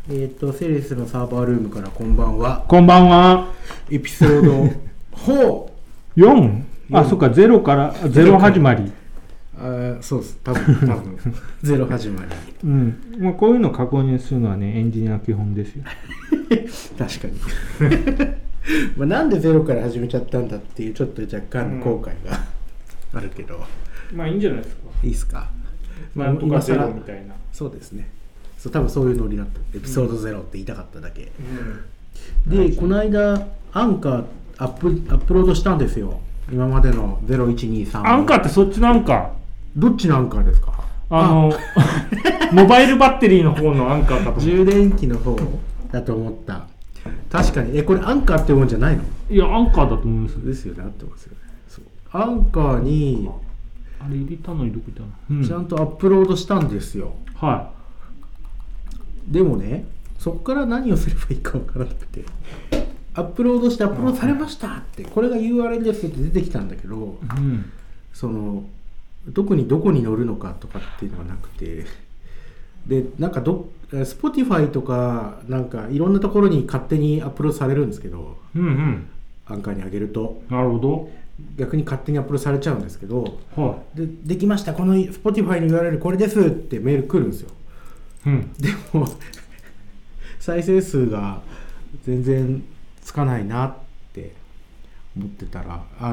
セレスのサーバールームからこんばんは。 こんばんは。 エピソード 4? あ、そっか、0から0始まり。 そうです。多分0始まり。 うん。まあ、こういうのを確認するのはね、エンジニアの基本ですよ。 確かに。まあなんで0から始めちゃったんだっていうちょっと若干の後悔があるけど。 まあいいんじゃないですか。 いいっすか。 なんとか0みたいな。 そうですね。そう、多分そういうノリだった。エピソード0って言いたかっただけ。 うん、 で、この間アンカーアップロードしたんですよ。今までの0123。 アンカーってそっちのアンカー？ どっちのアンカーですか？ モバイルバッテリーの方のアンカーかと思った。 充電器の方だと思った。確かに。これアンカーってもんじゃないの？ いや、アンカーだと思います。 ですよね、合ってますよね。そう。アンカーにあれ入れたのどこ行ったの？ ちゃんとアップロードしたんですよ。 はでもね、そこから何をすればいいかわからなくて、アップロードしてアップロードされましたって、これが URL ですって出てきたんだけど、その特にどこに載るのかとかっていうのがなくて、でなんかSpotify とかなんかいろんなところに勝手にアップロードされるんですけど、アンカーに上げると、 なるほど。 逆に勝手にアップロードされちゃうんですけど、できました、この Spotify の URL これですってメール来るんですよ。でも再生数が全然つかないなって思ってたら、ア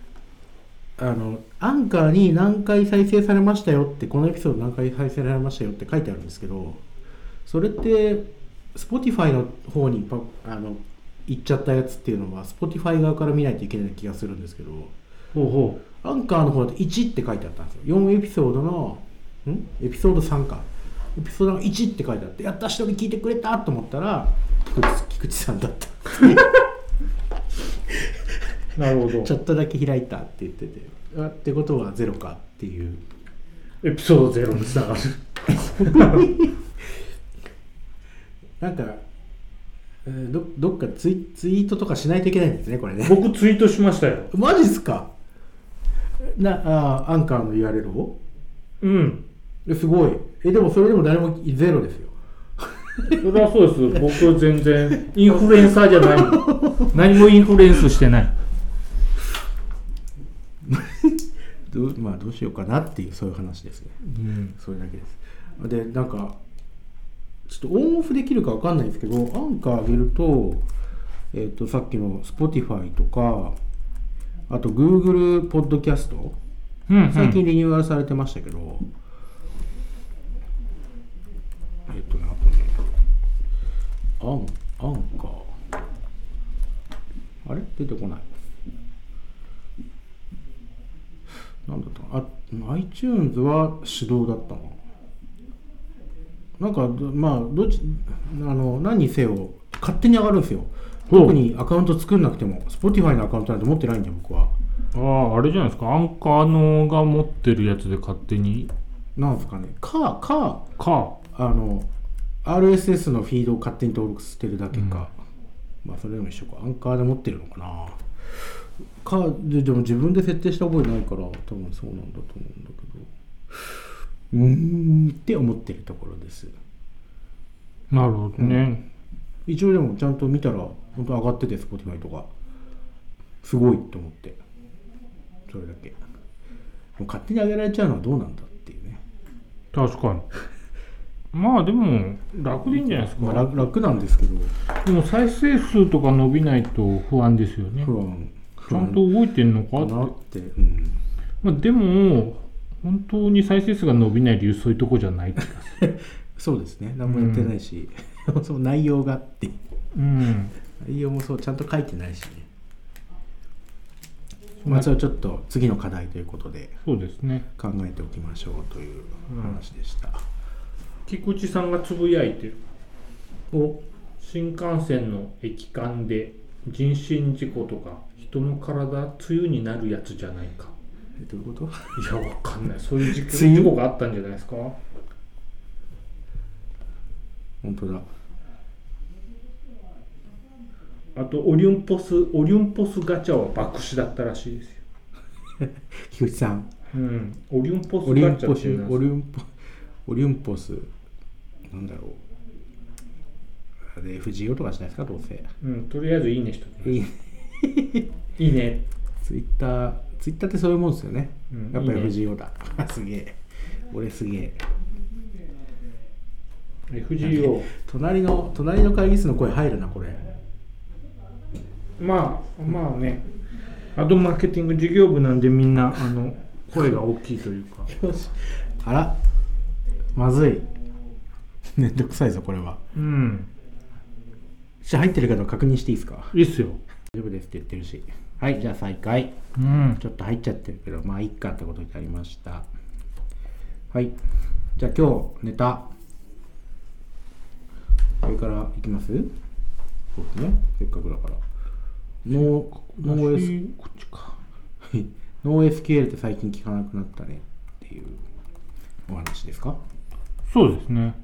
ンカーに何回再生されましたよって、このエピソード何回再生されましたよって書いてあるんですけど、それって Spotify の方に行っちゃったやつっていうのは Spotify 側から見ないといけない気がするんですけど、アンカーの方だと1って書いてあったんですよ。4エピソードのエピソード3か、エピソード1って書いてあって、やった、一人聞いてくれたと思ったら菊池さんだったなるほど。 ちょっとだけ開いたって言ってて、ってことは0かっていうエピソード0につながるなんかどっかツイートとかしないといけないんですね、これね。 僕ツイートしましたよ。 マジっすか？アンカーの URL を？すごい。でもそれでも誰もゼロですよ。 それはそうです。僕全然インフルエンサーじゃない何もインフルエンスしてないどうしようかなっていう、そういう話ですね。それだけです。で、なんかちょっとオンオフできるかわかんないんですけど、アンカー上げると、さっきの Spotify とか、あと Google ポッドキャスト、最近リニューアルされてましたけど、アンカーあれ出てこない。なんだったかな。iTunes は手動だったな。なんか何にせよ勝手に上がるんですよ。特にアカウント作んなくても。 Spotify のアカウントなんて持ってないんで、僕は。 あれじゃないですか、アンカーのが持ってるやつで勝手になんですかね、RSS のフィードを勝手に登録してるだけか、それでも一緒か。アンカーで持ってるのかな。でも自分で設定した覚えないから、多分そうなんだと思うんだけど、って思ってるところです。 なるほどね。 一応でもちゃんと見たら本当上がってて、Spotify とかすごいと思って、それだけ。もう勝手に上げられちゃうのはどうなんだっていうね。 確かにでも楽でいいんじゃないですか。 楽なんですけど、 でも再生数とか伸びないと不安ですよね。 不安ちゃんと動いてんのかなって。 でも本当に再生数が伸びない理由、そういうとこじゃないってそうですね、何もやってないし、その内容があって、内容もそうちゃんと書いてないしね。それはちょっと次の課題ということで、 そうですね、 考えておきましょうという話でした。 菊池さんがつぶやいてる。新幹線の駅間で人身事故とか人の体梅雨になるやつじゃないか。 どういうこと？ いや、わかんない。そういう事故があったんじゃないですか。 本当だ。 あとオリュンポスガチャは爆死だったらしいですよ。 菊池さん。 オリュンポスガチャっていうのはオリュンポスなんだろで藤井をとかしないですか、どうせ。 とりあえずいいねしときます。いいね。 ツイッターってそういうもんですよね。やっぱり藤井をだ。すげえ。俺すげえ。 藤井を。 隣の会議室の声入るな、これ。 まあね。アドマーケティング事業部なんでみんな声が大きいというか。 あら、まずい。めんどくさいぞ、これは。入ってるかどうか確認していいですか？ いいっすよ。 大丈夫ですって言ってるし。はい、じゃあ再開。ちょっと入っちゃってるけど、まあいっかってことになりました。はい。じゃあ今日ネタ。これからいきます？そうですね。せっかくだから。ノー SQL って最近聞かなくなったねっていうお話ですか？ そうですね。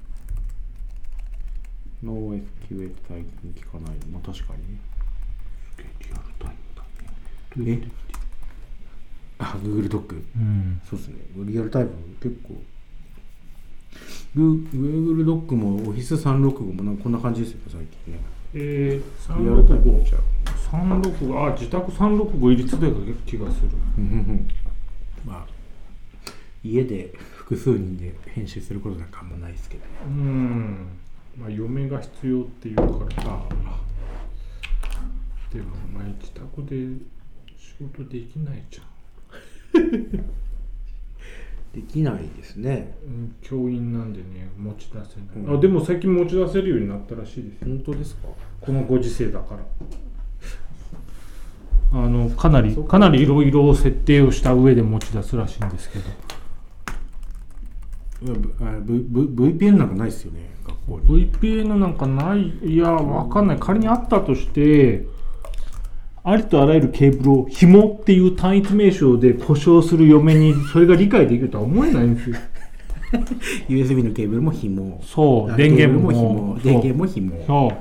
ノー SQL って最近聞かない。まあ確かにね。リアルタイムだね。Google ドック。そうですね。リアルタイム結構。Google ドックも Office365 もなんかこんな感じですよね、最近ね。リアルタイムちゃう。 365、自宅365入りつでか気がする。 まあ、家で複数人で編集することなんかあんまないですけど。 まあ、嫁が必要っていうから。でも、自宅で仕事できないじゃん。 できないですね。 教員なんでね、持ち出せない。でも最近持ち出せるようになったらしいですよ。 本当ですか？ このご時世だから。かなりいろいろ設定をした上で持ち出すらしいんですけど。 VPN なんかないですよね、学校に。 VPN なんかない、いや、わかんない。仮にあったとして、ありとあらゆるケーブルを紐っていう単一名称で故障する嫁にそれが理解できるとは思えないんですよ。 USB のケーブルも紐。 そう、電源も紐。電源も紐。 そう。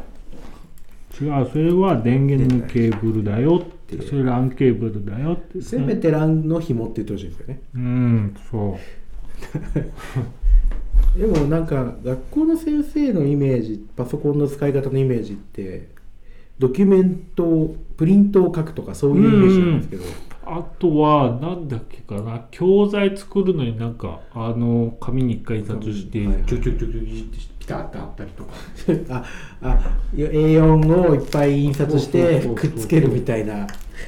違う、それは電源のケーブルだよって、それ LAN ケーブルだよって。 せめて LAN の紐って言ってほしいですよね。 そう。 でもなんか学校の先生のイメージ、パソコンの使い方のイメージってドキュメント、プリントを書くとかそういうイメージなんですけど、 あとはなんだっけかな、教材作るのになんか紙に一回印刷してちょちょってピタッと貼ったりとか A4 をいっぱい印刷してくっつけるみたいな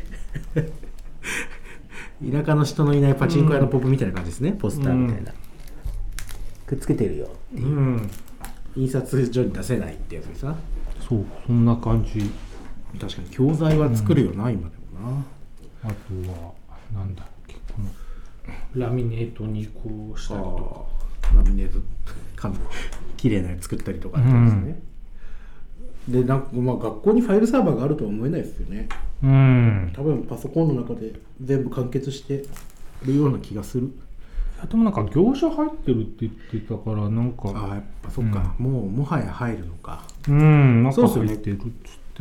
田舎の人のいないパチンコ屋のポップみたいな感じですね、ポスターみたいな、くっつけてるよっていう、印刷所に出せないってやつですな。 そう、そんな感じ。 確かに教材は作るよな、今でもな。 あとはなんだっけ、このラミネートにこうしたりとか、 ラミネート綺麗なやつ作ったりとかってですね、でなんか、まあ、学校にファイルサーバーがあるとは思えないですよね。多分パソコンの中で全部完結してるような気がする。 でもなんか業者入ってるって言ってたから、なんかやっぱそっか、もはや入るのか。 なんか入ってるっつって、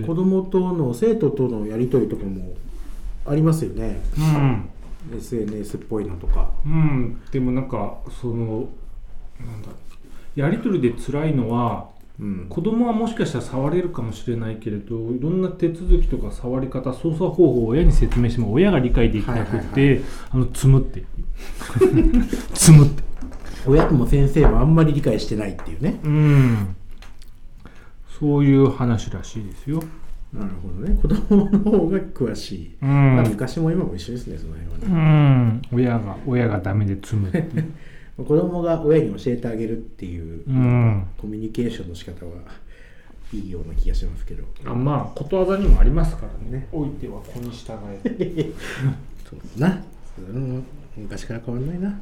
子供との生徒とのやり取りとかもありますよね。SNS っぽいのとか。でもなんかなんだ、やり取りで辛いのは、子供はもしかしたら触れるかもしれないけれど、いろんな手続きとか触り方、操作方法を親に説明しても親が理解できなくて、つむって親も先生もあんまり理解してないっていうね。 そういう話らしいですよ。 なるほどね。子供の方が詳しい。昔も今も一緒ですね、その辺はね。 親がダメで積むっていう子供が親に教えてあげるっていう、コミュニケーションの仕方はいいような気がしますけど。 まあことわざにもありますからね。おいては子に従え。 そうな。昔から変わんないな。なる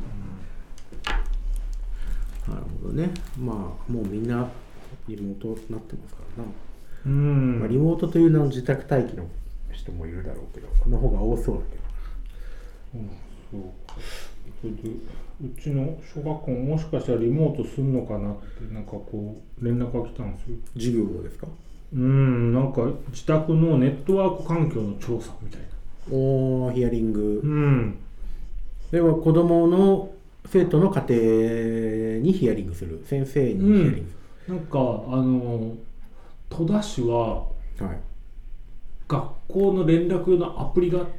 ほどね。まあもうみんなリモートになってますからな。まあ、リモートという名の自宅待機の人もいるだろうけど、この方が多そうだけど。 そうそれでうちの小学校ももしかしたらリモートするのかなってなんかこう連絡が来たんですよ。 授業ですか？ なんか自宅のネットワーク環境の調査みたいな。 ヒアリング。では子供の生徒の家庭にヒアリングする、先生にヒアリングする。 なんか戸田市ははい学校の連絡用のアプリがあって、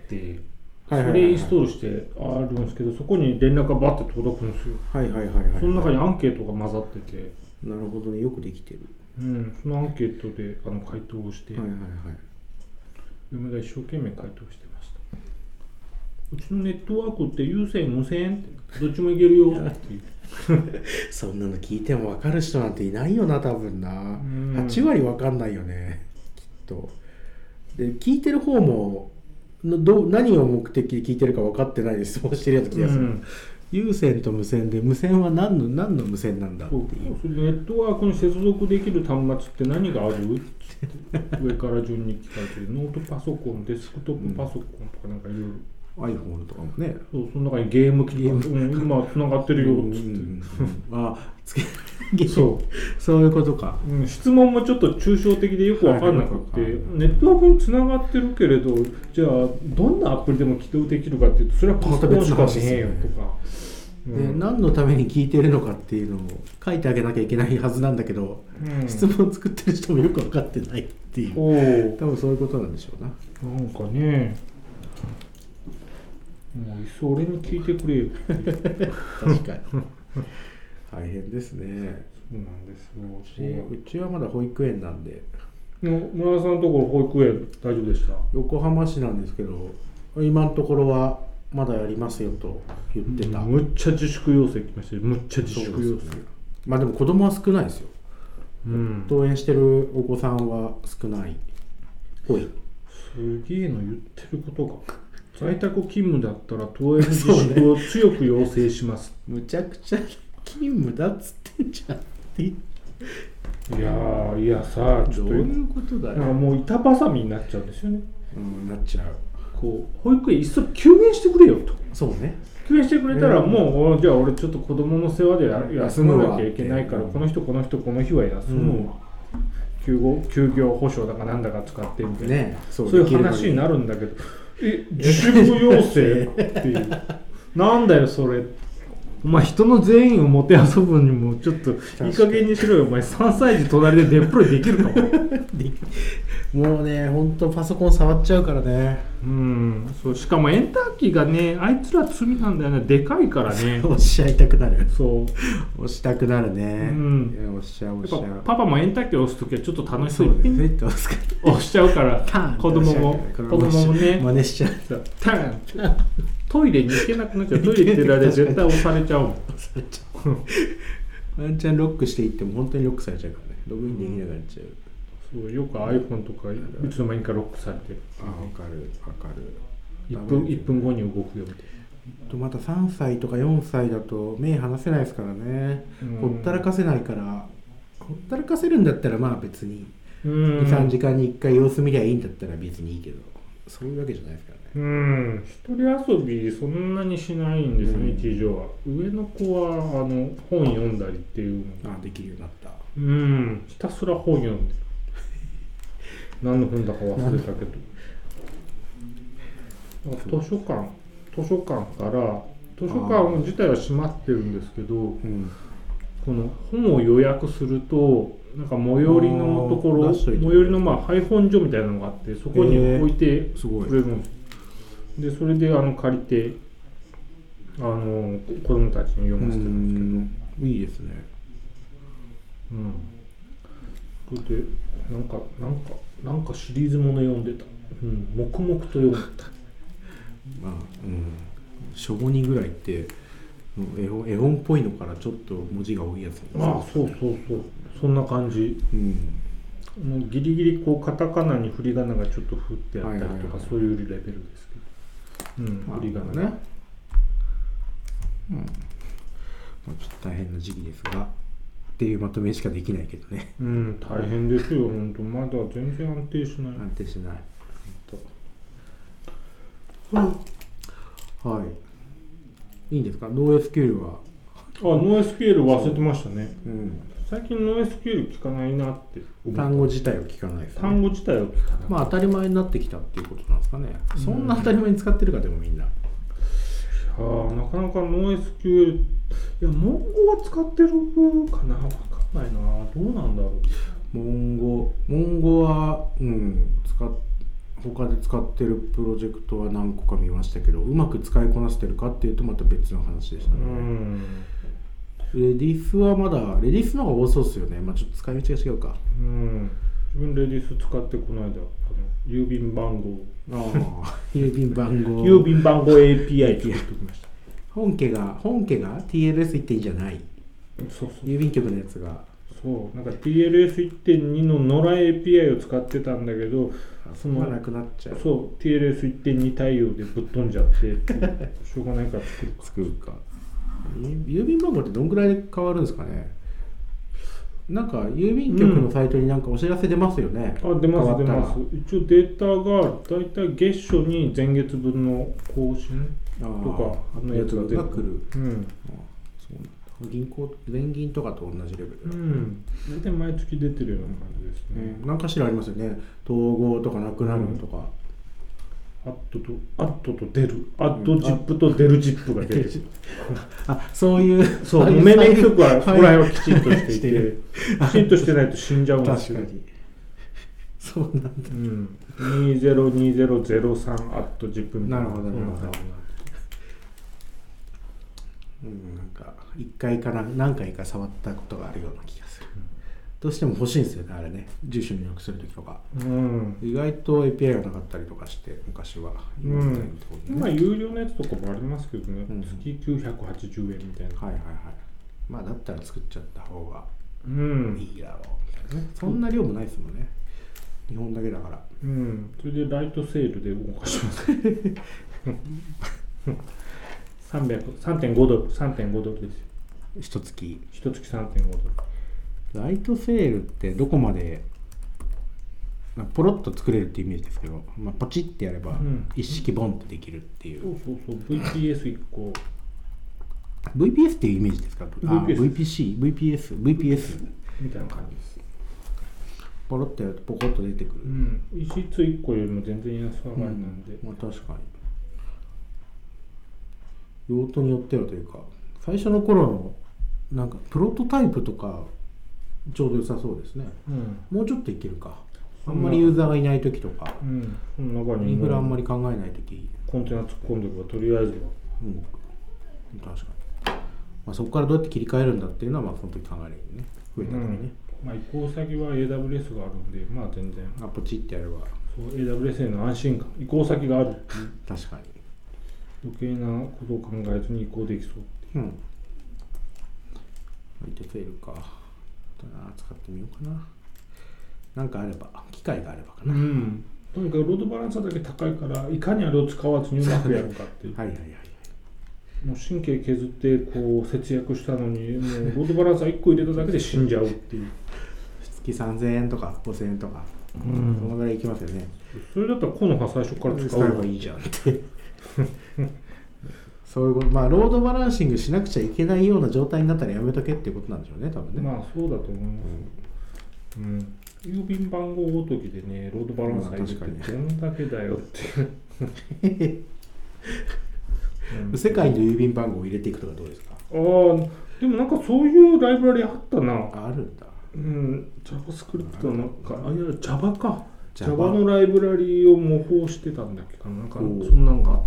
それインストールしてあるんですけど、そこに連絡がバッて届くんですよ。 はいはいはいはい。 その中にアンケートが混ざってて、 なるほどね、よくできてる。 そのアンケートで回答をして、 はいはいはい。 嫁が一生懸命回答してました。うちのネットワークって有線無線ってどっちもいけるよっていう。 そんなの聞いても分かる人なんていないよな、多分な。8割分かんないよね、きっと。で、聞いてる方も何を目的で聞いてるか分かってないで質問してるような気がする。有線と無線で、無線は何の無線なんだっていう。 それネットワークに接続できる端末って何がある上から順に聞かれて、ノートパソコン、デスクトップパソコンとかなんかいろいろ。 iPhone とかもね。 そう、その中にゲーム機とか、今つながってるよっつって。 そういうことか。 質問もちょっと抽象的でよく分かんなくて、ネットワークにつながってるけれど、じゃあどんなアプリでも起動できるかっていうと、それはパソコンしかねえよとか。 で、何のために聞いてるのかっていうのを書いてあげなきゃいけないはずなんだけど、質問作ってる人もよく分かってないっていう、多分そういうことなんでしょうな。 なんかね、もういっそ俺に聞いてくれよ確かに大変ですね。 そうなんですよ。 うちはまだ保育園なんで。 村田さんのところ保育園大丈夫でした？ 横浜市なんですけど、今のところはまだやりますよと言ってた。 むっちゃ自粛要請来ましたよ。むっちゃ自粛要請。 まあでも子供は少ないですよ。登園してるお子さんは少ない。多い。 すげえの言ってることが。在宅勤務だったら登園自粛を強く要請します。 むちゃくちゃ勤務だっつってんじゃんっていやさ、 ちょっとどういうことだよ。 もう板挟みになっちゃうんですよね。 なっちゃう。 こう保育園いっそ休園してくれよと。 そうね。 休園してくれたらもう、じゃあ俺ちょっと子供の世話で休まなきゃいけないから、この人この日は休むわ。休業保障だかなんだか使ってみたいな、ね、そういう話になるんだけど、自粛要請っていうなんだよそれ。お前人の全員をもてあそぶにもちょっといい加減にしろよ。お前3歳児隣でデップロイできるかももうね、ほんとパソコン触っちゃうからね。 そう、しかもエンターキーがね、あいつら罪なんだよね。でかいからね。 押しちゃいたくなる。 そう。 押したくなるね。押しちゃう。 パパもエンターキーを押すときはちょっと楽しそうに押しちゃうから、子供もね、 真似しちゃう。 ターントイレに行けなくなっちゃう。トイレ行ってる間絶対押されちゃうもん。 ワンチャンロックしていっても本当にロックされちゃうからね。ログインできなくなっちゃう。 そう、よく iPhone とかいつの間にかロックされてる。 わかる。 1分後に動くよみたいな。 また3歳とか4歳だと目離せないですからね。ほったらかせないから、ほったらかせるんだったらまあ別に 2,3 時間に1回様子見りゃいいんだったら別にいいけど、そういうわけじゃないですからね。 一人遊びそんなにしないんですね、次女は。上の子は本読んだりっていうのができるようになった。 ひたすら本読んでる。何の本だか忘れたけど、図書館から図書館自体は閉まってるんですけど、この本を予約するとなんか最寄りのところ、最寄りの配本所みたいなのがあって、そこに置いてくれるんです。でそれで借りて子供たちに読ませてるんですけど、 いいですね。 それでなんかシリーズもの読んでた。黙々と読んでた。 小2ぐらいって絵本っぽいのからちょっと文字が多いやつ。 そうそんな感じ。ギリギリこうカタカナに振り仮名がちょっと振ってあったりとか、そういうレベルですけど。振り仮名ね。 ちょっと大変な時期ですがっていうまとめしかできないけどね。 大変ですよ本当。まだ全然安定しない。 はい。いいんですか？ノーSQLは。 ノーSQL忘れてましたね。最近ノーSQL聞かないなって。 単語自体を聞かないですね。 単語自体を聞かない。 まあ当たり前になってきたっていうことなんですかね。そんな当たり前に使ってるかでもみんな。 なかなかノー SQL、モンゴは使ってるかな、わかんないな、どうなんだろう。 モンゴは、他で使ってるプロジェクトは何個か見ましたけど、うまく使いこなせてるかっていうとまた別の話でしたね。レディスはまだレディスの方が多そうですよね。まあちょっと使い道が違うか。 自分レディス使ってこの間郵便番号郵便番号 API 作ってきました。 本家が TLS1.2 じゃない。 そう郵便局のやつがなんか TLS1.2 のノラ API を使ってたんだけど、 そのなくなっちゃう。 そう TLS1.2 対応でぶっ飛んじゃってしょうがないから作るか。 郵便番号ってどんくらいで変わるんですかね。なんか郵便局のサイトになんかお知らせ出ますよね。 出ます。一応データがだいたい月初に前月分の更新とかのやつが出てくる。そうなんだ。 銀行全銀とかと同じレベル。 大体毎月出てるような感じですね。 何かしらありますよね。統合とかなくなるとか。 アットとデル、アットジップとデルジップが出てる。 そういう命名規則はここら辺はきちんとしていて、きちんとしてないと死んじゃうんですよ。 確かに。そうなんだ。 202003アットジップみたいな。 なるほど。なんか1回か何回か触ったことがあるような気がする。どうしても欲しいんですよね、あれね。住所入力するときとか。意外と API がなかったりとかして、昔は。 今有料のやつとかもありますけどね。月980円みたいな。 まあだったら作っちゃった方がいいだろうみたいなね。そんな量もないですもんね。日本だけだから。 それでライトセールで動かします。3.5ドルですよ。 一月 3.5ドル。 ライトセールってどこまでポロッと作れるっていうイメージですけど、ポチってやれば一式ボンってできるっていう。 VPS1 個。 VPS っていうイメージですか。VPC、VPS みたいな感じです。 ポロッとやるとポコッと出てくる。 EC2 1個よりも全然安上がりなんで。 確かに。用途によってはというか、最初の頃のなんかプロトタイプとかちょうど良さそうですね。もうちょっといけるか。あんまりユーザーがいない時とか、インフラあんまり考えない時、 コンテナ突っ込んでおけばとりあえずは。 確かに。そこからどうやって切り替えるんだっていうのはその時考えるよね。増えた時ね。 移行先は AWS があるんで、全然。 ポチってやれば。 AWS への安心感、移行先がある。 確かに。 余計なことを考えずに移行できそうっていう。 ライトセールか。使ってみようかな。なんかあれば、機会があればかな。 とにかくロードバランサーだけ高いから、いかにあれを使わずにうまくやるかっていう。もう神経削ってこう節約したのに、もうロードバランサー1個入れただけで死んじゃうっていう。 月3000円とか5000円とか、そのぐらいいきますよね。 それだったらこの葉最初から使う方がいいじゃんって。そういうこと、ロードバランシングしなくちゃいけないような状態になったらやめとけっていうことなんでしょうね、多分ね。 そうだと思います。郵便番号ごときでね、ロードバランサー入れてどんだけだよっていう。 世界の郵便番号を入れていくとかどうですか。 でもなんかそういうライブラリあったな。 あるんだ。 JavaScript なんか、Java か。Java のライブラリを模倣してたんだっけかな。なんかそんなんがあった。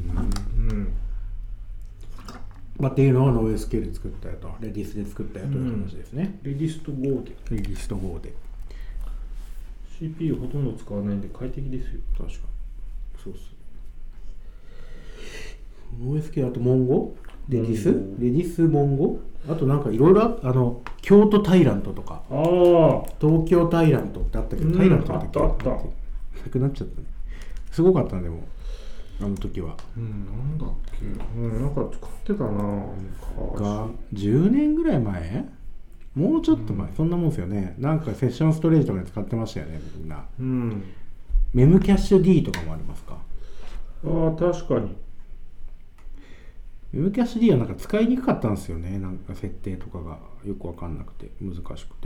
っていうのを NoSQL で作ったよと、レディスで作ったよという話ですね。 レディスと Go で。CPU ほとんど使わないんで快適ですよ。 確かに。そうっす。NoSQL あとモンゴレディスモンゴあとなんかいろいろ京都タイラントとか東京タイラントってあったけど、タイラントだったっけなくなっちゃったね。すごかったね。でもあの時はなんだっけ、なんか使ってたなが10年ぐらい前、もうちょっと前、そんなもんですよね。なんかセッションストレージとかで使ってましたよね、みんな。メムキャッシュ D とかもありますか。 確かに。 メムキャッシュ D はなんか使いにくかったんですよね。なんか設定とかがよく分かんなくて難しくて。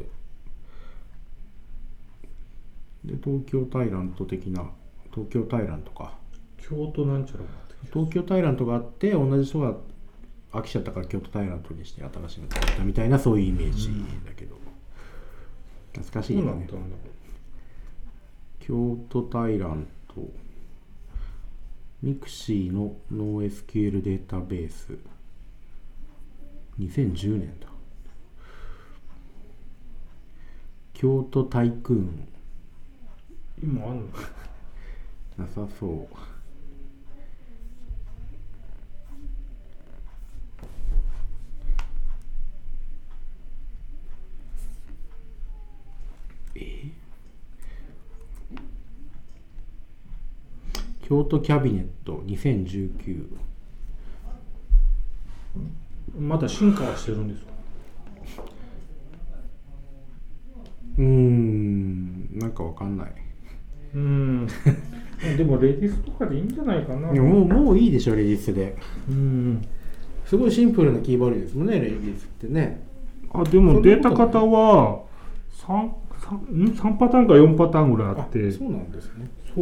で東京タイラント的な、東京タイラントか、 京都なんちゃら東京タイラントがあって、同じ人が飽きちゃったから京都タイラントにして新しいの作ったみたいな、そういうイメージだけど、 懐かしいどうね。 なったんだろ京都タイラント、ミクシーの NoSQL データベース、2010年だ。京都タイクーン、 う。今あんの？ なさそう。京都キャビネット2019。 まだ進化はしてるんですか？ なんかわかんない。 でもレディスとかでいいんじゃないかな。 いやもういいでしょ、レディスで。 うんすごいシンプルなキーボードですもんね、レディスってね。 あ、でもデータ型は3パターンか4パターンぐらいあって、 そうなんですね。 そう、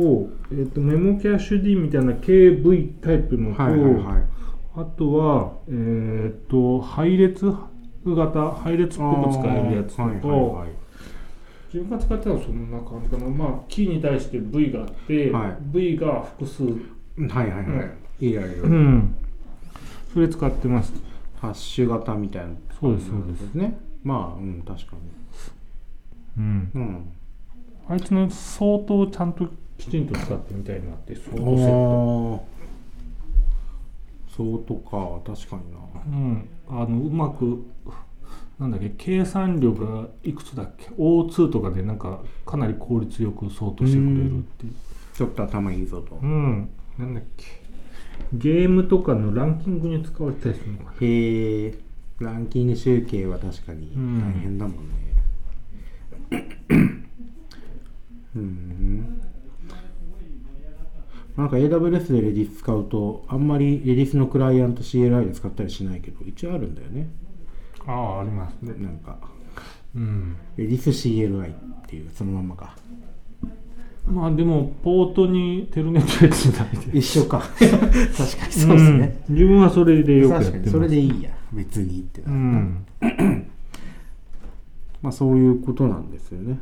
メモキャッシュ D みたいな KV タイプのと、あとは、配列型、配列っぽく使えるやつと、自分が使ってたのはそんな感じかな。まあ、キーに対して V があって、V が複数。 いいやいや。 それ使ってます。 ハッシュ型みたいな。 そうです、そうですね。まあ、確かに。 あいつの相当ちゃんときちんと使ってみたいなって、相当セット。 相当か、確かにな。 うまく、なんだっけ、計算量がいくつだっけ、O2 とかでなんかかなり効率よく相当してくれるっていう。 ちょっと頭いいぞと。 なんだっけ、ゲームとかのランキングに使われたりするのかな。 へえ、ランキング集計は確かに大変だもんね。なんか AWS でレディス使うとあんまりレディスのクライアント CLI で使ったりしないけど、一応あるんだよね。 ありますね。 なんか、レディス CLI っていうそのままか。 まあでもポートにテルネット入れてないで一緒か。確かにそうですね。 自分はそれでよくやってます。 確かにそれでいいや、別にってな。まあそういうことなんですよね。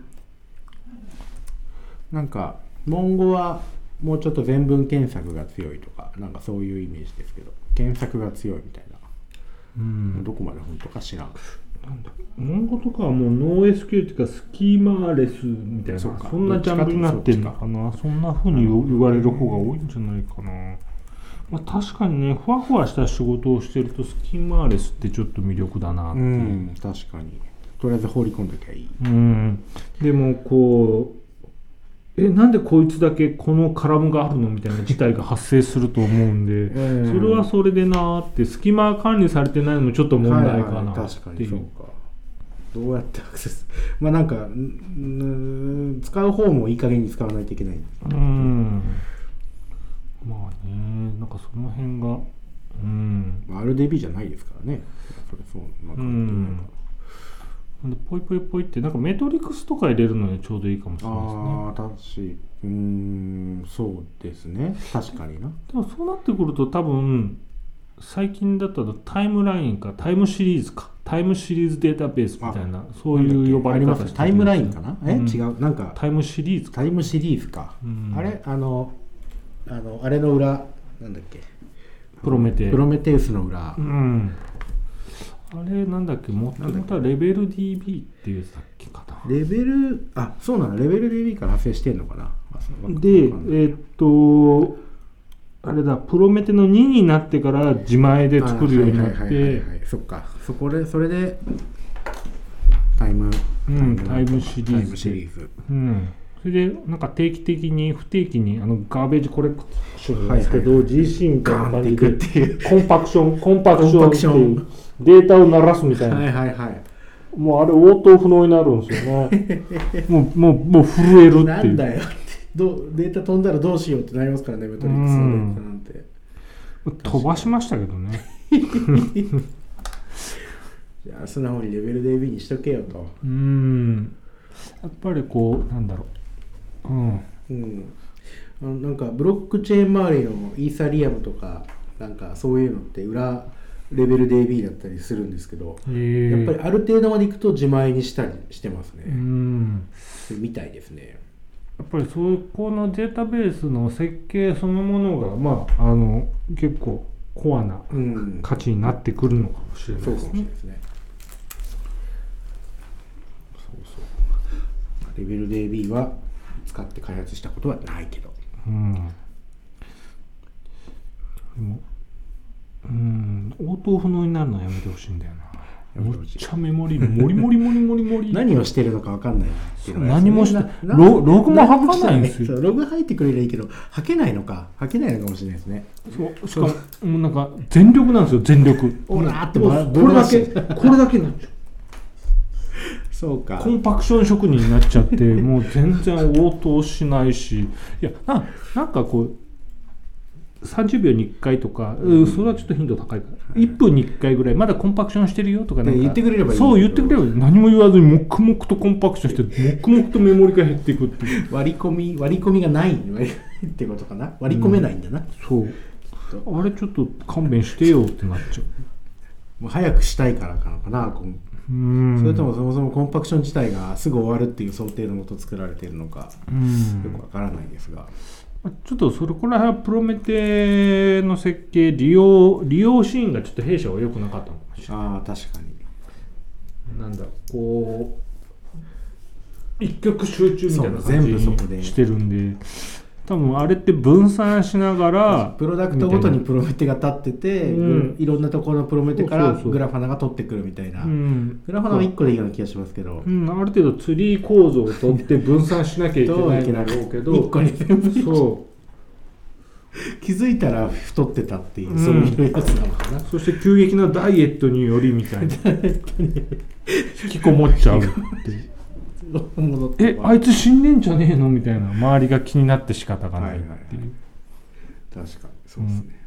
なんかモンゴはもうちょっと全文検索が強いとか、なんかそういうイメージですけど、検索が強いみたいな。どこまで本当か知らん。 モンゴとかはもう NoSQL っていうかスキーマレスみたいな、そんなジャンルになってるのかな。そんな風に言われる方が多いんじゃないかな。まあ、確かにね、ふわふわした仕事をしてるとスキーマレスってちょっと魅力だなっていう。 確かに。とりあえず放り込んできゃいい。 でもこう、なんでこいつだけこのカラムがあるのみたいな事態が発生すると思うんで、それはそれでなーって、隙間管理されてないのもちょっと問題かなっていう。 確かにそうか。どうやってアクセス、まあなんか使う方もいい加減に使わないといけない。 まあね、なんかその辺が RDB じゃないですからね。それそうなんかなんでポイポイポイってなんかメトリクスとか入れるのにちょうどいいかもしれないですね。 そうですね。確かにな。 でもそうなってくると多分最近だとタイムラインかタイムシリーズかタイムシリーズデータベースみたいな、そういう呼ばれ方してる。 タイムラインかな？違う、なんかタイムシリーズタイムシリーズか。あれあれの裏なんだっけ？プロメテウスの裏。 あれなんだっけ、もともとはレベル DB っていうやつだっけかな。 レベル、そうなの、レベル DB から派生してんのかな。 で、あれだ、プロメテの2になってから自前で作るようになって、 そっか、それでタイムシリーズ。それでなんか定期的に不定期にガーベージコレクションなんですけど、GC みたいな感じでコンパクションっていうデータを鳴らすみたいな。もうあれ応答不能になるんですよね。もう震えるっていう。 なんだよって。データ飛んだらどうしようってなりますからね、メトリックスのデータなんて。 飛ばしましたけどね。 じゃあ素直にレベル DB にしとけよと。 やっぱりこうなんだろう。 なんかブロックチェーン周りのイーサリアムとかなんかそういうのって裏レベル DB だったりするんですけど、やっぱりある程度までいくと自前にしたりしてますね。みたいですね。 やっぱりそこのデータベースの設計そのものが、結構コアな価値になってくるのかもしれないですね。 レベル DB は使って開発したことはないけど、 でも応答不能になるのはやめてほしいんだよな。めっちゃメモリモリモリ何をしてるのか分かんないっていうのが、 何もしてログも吐かないんですよ。 ログ入ってくれりゃいいけど吐けないのかもしれないですね。 そうしかももうなんか全力なんですよ。全力オラーってこれだけになっちゃう。 そうか、 コンパクション職人になっちゃってもう全然応答しないし、いやなんかこう30秒に1回とか、それはちょっと頻度高いから1分に1回ぐらいまだコンパクションしてるよとかなんか言ってくれればいい。 そう言ってくれれば何も言わずに黙々とコンパクションして黙々とメモリが減っていくっていう割り込みがないってことかな。割り込めないんだな、 そうあれちょっと勘弁してよってなっちゃう。 もう早くしたいからかな。それともそもそもコンパクション自体がすぐ終わるっていう想定のもと作られているのかよくわからないですが、 ちょっとそれこら辺はプロメテの設計利用シーンがちょっと弊社は良くなかったのかもしれない。 ああ確かに。 なんだこう一極集中みたいな感じ全部そこでにしてるんで、多分あれって分散しながらプロダクトごとにプロメテが立ってて、いろんなところのプロメテからグラファナが取ってくるみたいな、グラファナは1個でいいような気がしますけど、 ある程度ツリー構造を取って分散しなきゃいけないんだろうけど 1個に全部そう気づいたら太ってたっていう、そういうやつなのかな。 そして急激なダイエットによりみたいな引きこもっちゃうってあいつ死んでんじゃねえのみたいな、周りが気になって仕方がないっていう、 確かにそうですね。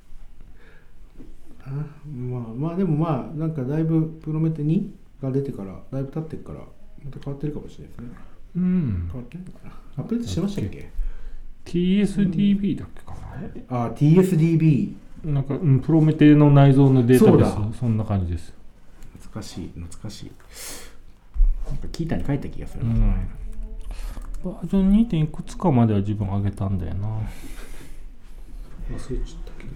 まあでもなんかだいぶプロメテ2が出てからだいぶ経ってるからまた変わってるかもしれないですね。変わってるのかな。アップデートしましたっけ？ TSDB だっけかな。 TSDB なんか、プロメテの内蔵のデータベース、そんな感じです。 懐かしいなんかキータに書いた気がする、 バージョン 2. いくつかまでは自分上げたんだよな。忘れちゃったけ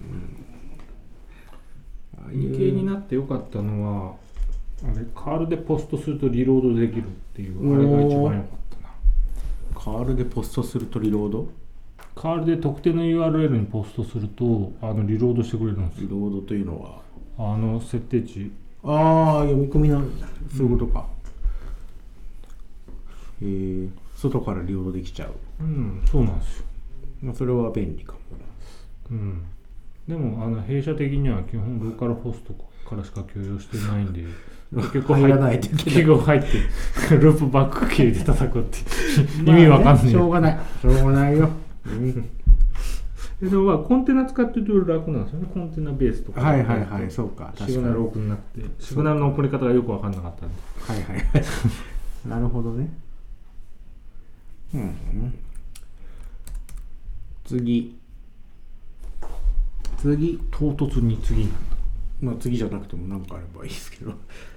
ど、理系になってよかったのはあれカールでポストするとリロードできるっていう、あれが一番良かったな。 カールでポストするとリロード、 カールで特定の URL にポストするとリロードしてくれるんですよ。 リロードというのは設定値、 読み込みなんだ、そういうことか。外からリロードできちゃう。 そうなんですよ。 それは便利かも。 でも弊社的には基本ローカルホストからしか許容してないんで結構入らないと記号入ってループバック系で叩くって意味わかんない、 しょうがないよ。 でもコンテナ使ってると楽なんですよね。コンテナベースとか。 そうか。 シグナル送んなくて、シグナルの送り方がよくわかんなかったんで。 なるほどね。次唐突に次次じゃなくても何かあればいいですけど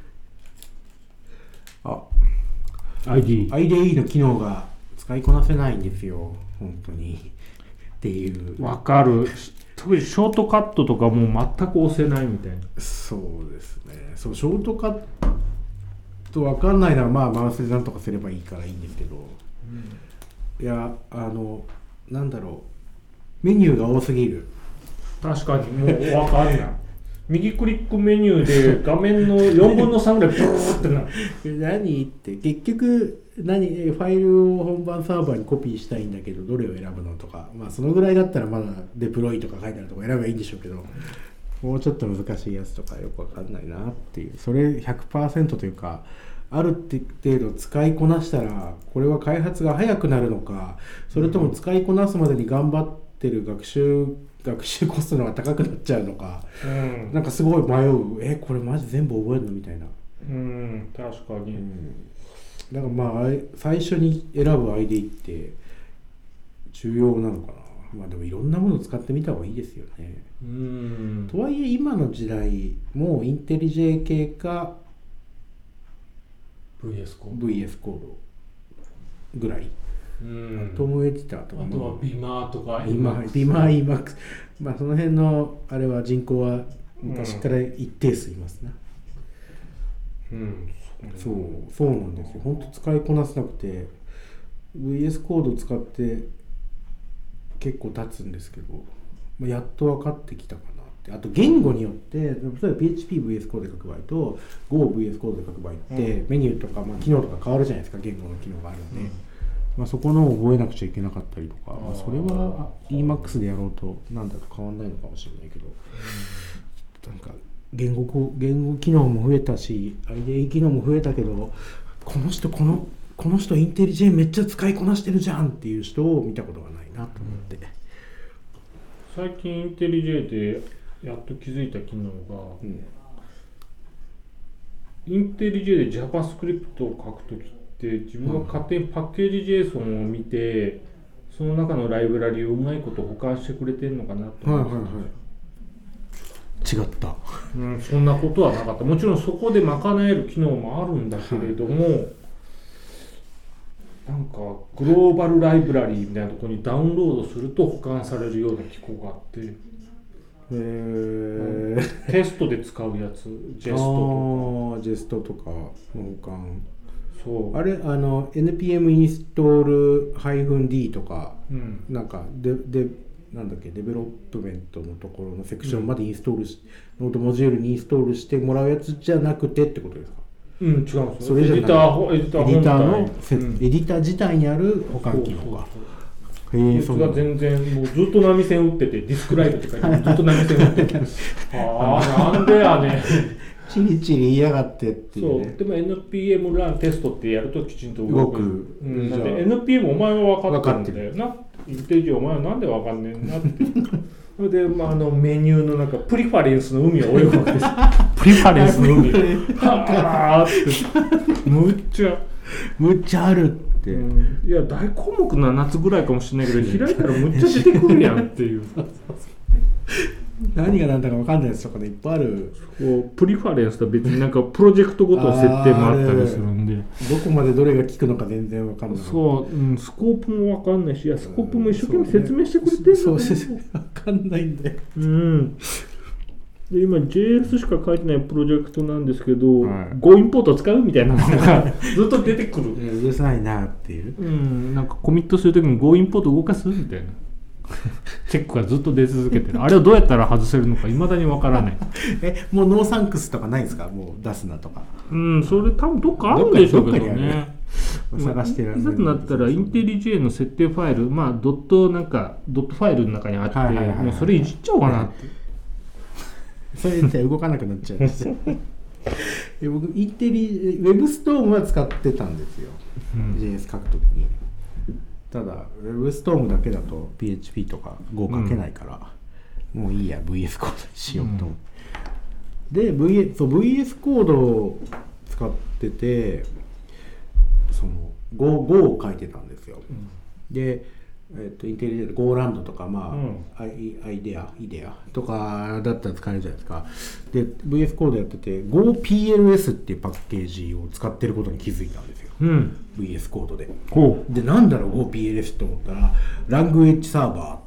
IDE の機能が使いこなせないんですよ本当にっていう。 わかる。特にショートカットとかもう全く押せないみたいな。 そうですね。ショートカットわかんないならマウスでなんとかすればいいからいいんですけど、いやなんだろう、メニューが多すぎる。 確かにもう分かんない右クリックメニューで画面の4分の3ぐらいブーってな何って結局ファイルを本番サーバーにコピーしたいんだけどどれを選ぶのとか、そのぐらいだったらまだデプロイとか書いてあるとか選べばいいんでしょうけど、もうちょっと難しいやつとかよくわかんないなっていう。それ 100% というかある程度使いこなしたらこれは開発が早くなるのか、それとも使いこなすまでに頑張ってる学習コストの方が高くなっちゃうのか、なんかすごい迷う。これマジ全部覚えるのみたいな。 確かに。 だから最初に選ぶ ID って重要なのかな。 まあでもいろんなものを使ってみた方がいいですよね。とはいえ今の時代もうインテリジェ系か VS コードぐらい、アトムエディターとかあとはビマーとかビマー EMAX、まあその辺のあれは人口は昔から一定数いますね。そうなんですよ。本当使いこなせなくて VS コードを使って結構経つんですけど、やっと分かってきたかなって。あと言語によって例えば PHPVS コードで書く場合と GoVS コードで書く場合ってメニューとか、機能とか変わるじゃないですか。言語の機能があるんで、そこのを覚えなくちゃいけなかったりとか、それは EMAX でやろうとなんだか変わんないのかもしれないけど、なんか言語機能も増えたし IDE 機能も増えたけど、この人インテリジェめっちゃ使いこなしてるじゃんっていう人を見たことがないなと思って、 最近インテリジェでやっと気づいた機能が、インテリジェで JavaScript を書くときって自分が勝手にパッケージ JSON を見て、その中のライブラリをうまいこと保管してくれてるのかなと思って、 違った、 そんなことはなかった。もちろんそこで賄える機能もあるんだけれども、なんかグローバルライブラリーみたいなところにダウンロードすると保管されるような機構があって、テストで使うやつ、ジェストとかの保管、 そうあれnpm インストール -d とか、なんかなんだっけ、デベロップメントのところのセクションまでインストールノートモジュールにインストールしてもらうやつじゃなくてってことですか？ 違うんですよ。 それじゃない、エディター自体にある保管機能が。 そいつが全然もうずっと波線打ってて、ディスクライブって書いてずっと波線打っててなんでやねんチリチリ言いやがってっていう、ね、 そうでも NPM ランテストってやるときちんと動く。なんで NPM お前は分かってるんだよな、インテリジェお前はなんで分かんねんなってそれで、メニューの中プリファレンスの海を泳ぐわけですプリファレンスの海はーってむっちゃあるって、 いや大項目7つぐらいかもしれないけど開いたらむっちゃ出てくるやんっていう何が何だか分かんないやつとかねいっぱいある。 プリファレンスとは別になんかプロジェクトごとの設定もあったりするんで、 どこまでどれが効くのか全然分かんない。 そう、スコープも分かんないし、スコープも一生懸命説明してくれてるんだけど、 分かんないんだよ。 で今 JS しか書いてないプロジェクトなんですけど、Go インポート使うみたいなのがずっと出てくる。 うるさいなっていう。 なんかコミットするときに Go インポート動かすみたいな。チェックがずっと出続けてる。あれをどうやったら外せるのか未だにわからない。 もうノーサンクスとかないんですか？もう出すなとか。 それ多分どっかあるんでしょうけどね。 探してる。 いざとなったらインテリジェの設定ファイル、ドットファイルの中にあって、もうそれいじっちゃおうかなって。 それで動かなくなっちゃうんですよ。僕インテリウェブストームは使ってたんですよ。JS 書くときに。ただ WebStorm だけだと PHP とか Go 書けないから、もういいや VS コードにしようと思って、で VS コードを使っててGo を書いてたんですよ、で、インテリジェで Go ランドとか、アイデアとかだったら使えるじゃないですか。で VS コードやってて GoPLS っていうパッケージを使ってることに気づいたんですよ、VS コードで。でなんだろう GoPLS と思ったらラングエッジサーバ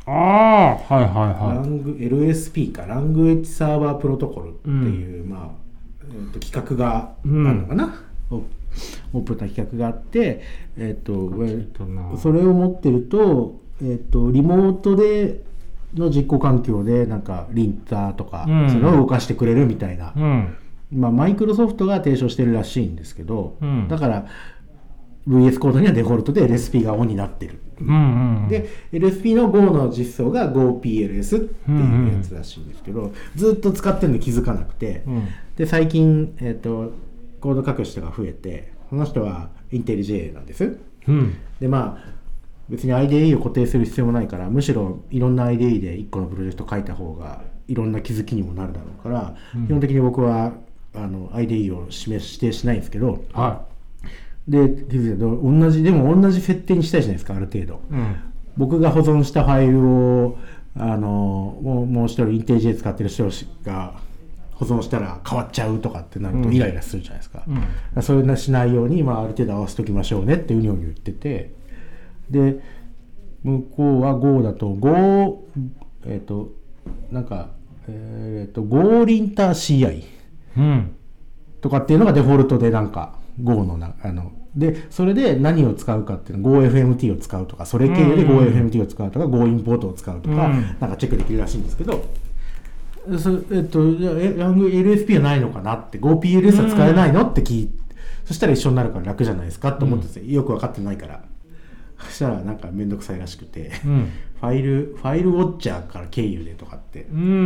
ー、LSP かラングエッジサーバープロトコルっていう、規格があるのかな、オープンな規格があって、それを持ってると、リモートでの実行環境でなんかリンターとか、それを動かしてくれるみたいな、マイクロソフトが提唱してるらしいんですけど、だから VS コードにはデフォルトで LSP がオンになってる、で LSP の Go の実装が GoPLS っていうやつらしいんですけど、ずっと使ってるのに気づかなくて、で最近コード書く人が増えて、その人はインテリジェなんです、で別に IDE を固定する必要もないから、むしろいろんな IDE で1個のプロジェクト書いた方がいろんな気づきにもなるだろうから、基本的に僕はIDE を指定しないんですけど、で同じ設定にしたいじゃないですか、ある程度、 僕が保存したファイルをもう一人インテージで使ってる人が保存したら変わっちゃうとかってなるとイライラするじゃないですか、そういうのしないように、ある程度合わせときましょうねってうにょうにょ言ってて、で向こうは Go だと Go なんかGo リンター CI とかっていうのがデフォルトでなんか Go のでそれで何を使うかっていうの GoFMT を使うとか、それ経由で GoFMT を使うとか Go インポートを使うとか、なんかチェックできるらしいんですけど、じゃあLSP はないのかなって GoPLS は使えないのって聞いて、そしたら一緒になるから楽じゃないですかと思ってて、よく分かってないから、そしたらなんかめんどくさいらしくて、ファイルウォッチャーから経由でとかって、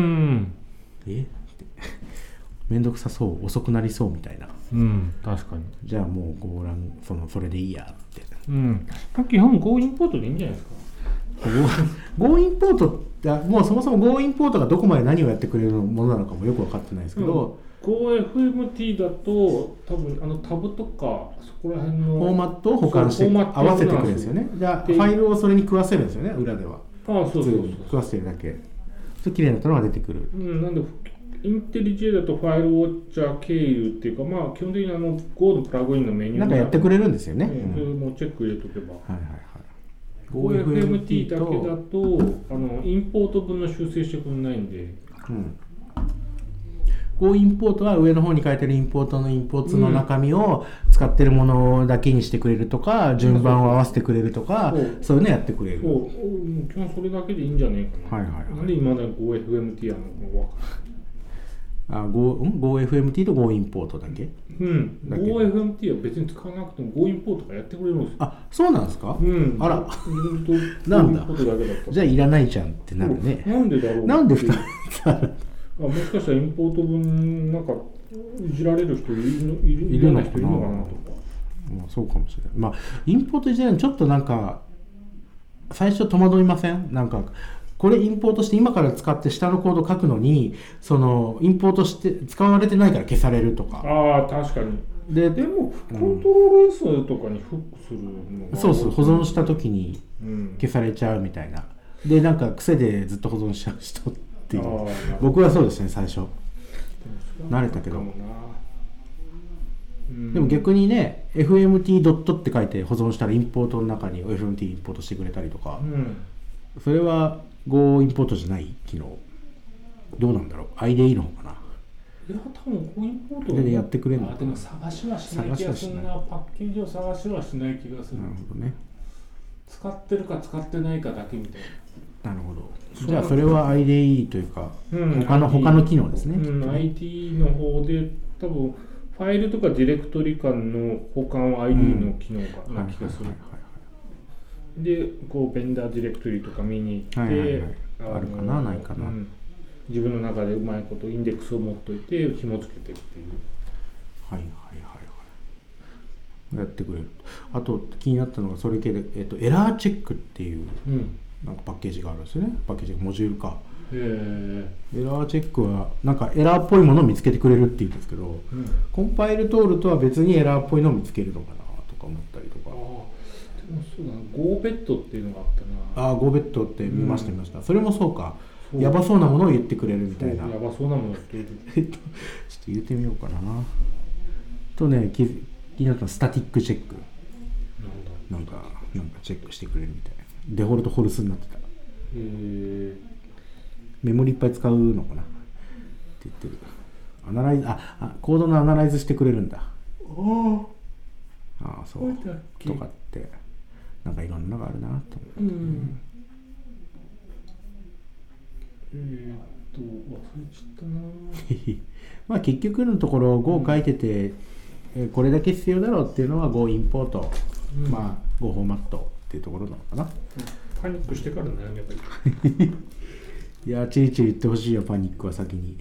めんどくさそう、遅くなりそうみたいな、 確かに。 じゃあもうGoランそれでいいやって、 基本 Go インポートでいいんじゃないですか。 Go インポートってもうそもそも Go インポートがどこまで何をやってくれるものなのかもよく分かってないですけど、 GoFMT だと多分タブとかそこら辺のフォーマットを保管して合わせてくれるんですよね。じゃあファイルをそれに食わせるんですよね、裏では。 そう食わせてるだけ。綺麗なのが出てくる。 なんでインテリジェだとファイルウォッチャー経由っていうか、基本的にGo のプラグインのメニューなんかやってくれるんですよね。 それもチェック入れとけば。 GoFMT だけだとインポート分の修正してくれないんで。 Go インポートは上の方に書いてるインポートのインポートの中身を使ってるものだけにしてくれるとか、順番を合わせてくれるとか、そういうのやってくれる。 基本それだけでいいんじゃねえかな。なんで今まで GoFMT やるのか GoFMT と Go インポートだけ GoFMT は別に使わなくても Go インポートがやってくれるんですよ。 そうなんですか。あらなんだじゃあいらないじゃんってなるね。 なんでだろう。 なんで2つもしかしたらインポート分なんかいじられる人いるのかなとか。 そうかもしれない。インポートいじられるのちょっとなんか最初戸惑いません？なんかこれインポートして今から使って下のコード書くのにインポートして使われてないから消されるとか。 確かに。でもコントロール S とかにフックするのが、 そう保存した時に消されちゃうみたいな。でなんか癖でずっと保存しちゃう人っていう。僕はそうですね、最初慣れたけど。でも逆にね FMT ドットって書いて保存したらインポートの中に FMT インポートしてくれたりとか、それは Go インポートじゃない機能。どうなんだろう、 IDE の方かな。 いや多分 Go インポートでやってくれるのかな。 でも探しはしない気がするな。パッケージを探しはしない気がする。 なるほどね。 使ってるか使ってないかだけみたいな。なるほど。じゃあそれは IDE というか、他の機能ですね。 IT の方で多分ファイルとかディレクトリ間の保管は ID の機能な気がする。で、ベンダーディレクトリとか見に行って、 あるかな、ないかな。 自分の中でうまいことインデックスを持っといて紐付けてっていう。 やってくれる。あと気になったのがそれ系で、エラーチェックっていう、なんかパッケージがあるんですよね。パッケージがモジュールか。エラーチェックはなんかエラーっぽいものを見つけてくれるっていうんですけど、コンパイルトールとは別にエラーっぽいのを見つけるのかなとか思ったりとか。 でもそうだな、ゴーベッドっていうのがあったな。 ゴーベッドって見ました。それもそうか。やばそうなものを言ってくれるみたいな。 やばそうなものを言ってる。 ちょっと言ってみようかな。とね、気になったのはスタティックチェック。なんかチェックしてくれるみたいな。デフォルトホルスになってた。メモリいっぱい使うのかなって言ってる。コードのアナライズしてくれるんだ。そうとかってなんかいろんなのがあるなと思って。 忘れちゃったな。 結局のところ Go 書いてて、これだけ必要だろうっていうのは Go インポート、Go フォーマットっていうところなのかな。 パニックしてから悩めばいい。 いやチリチリ言ってほしいよ、パニックは先に。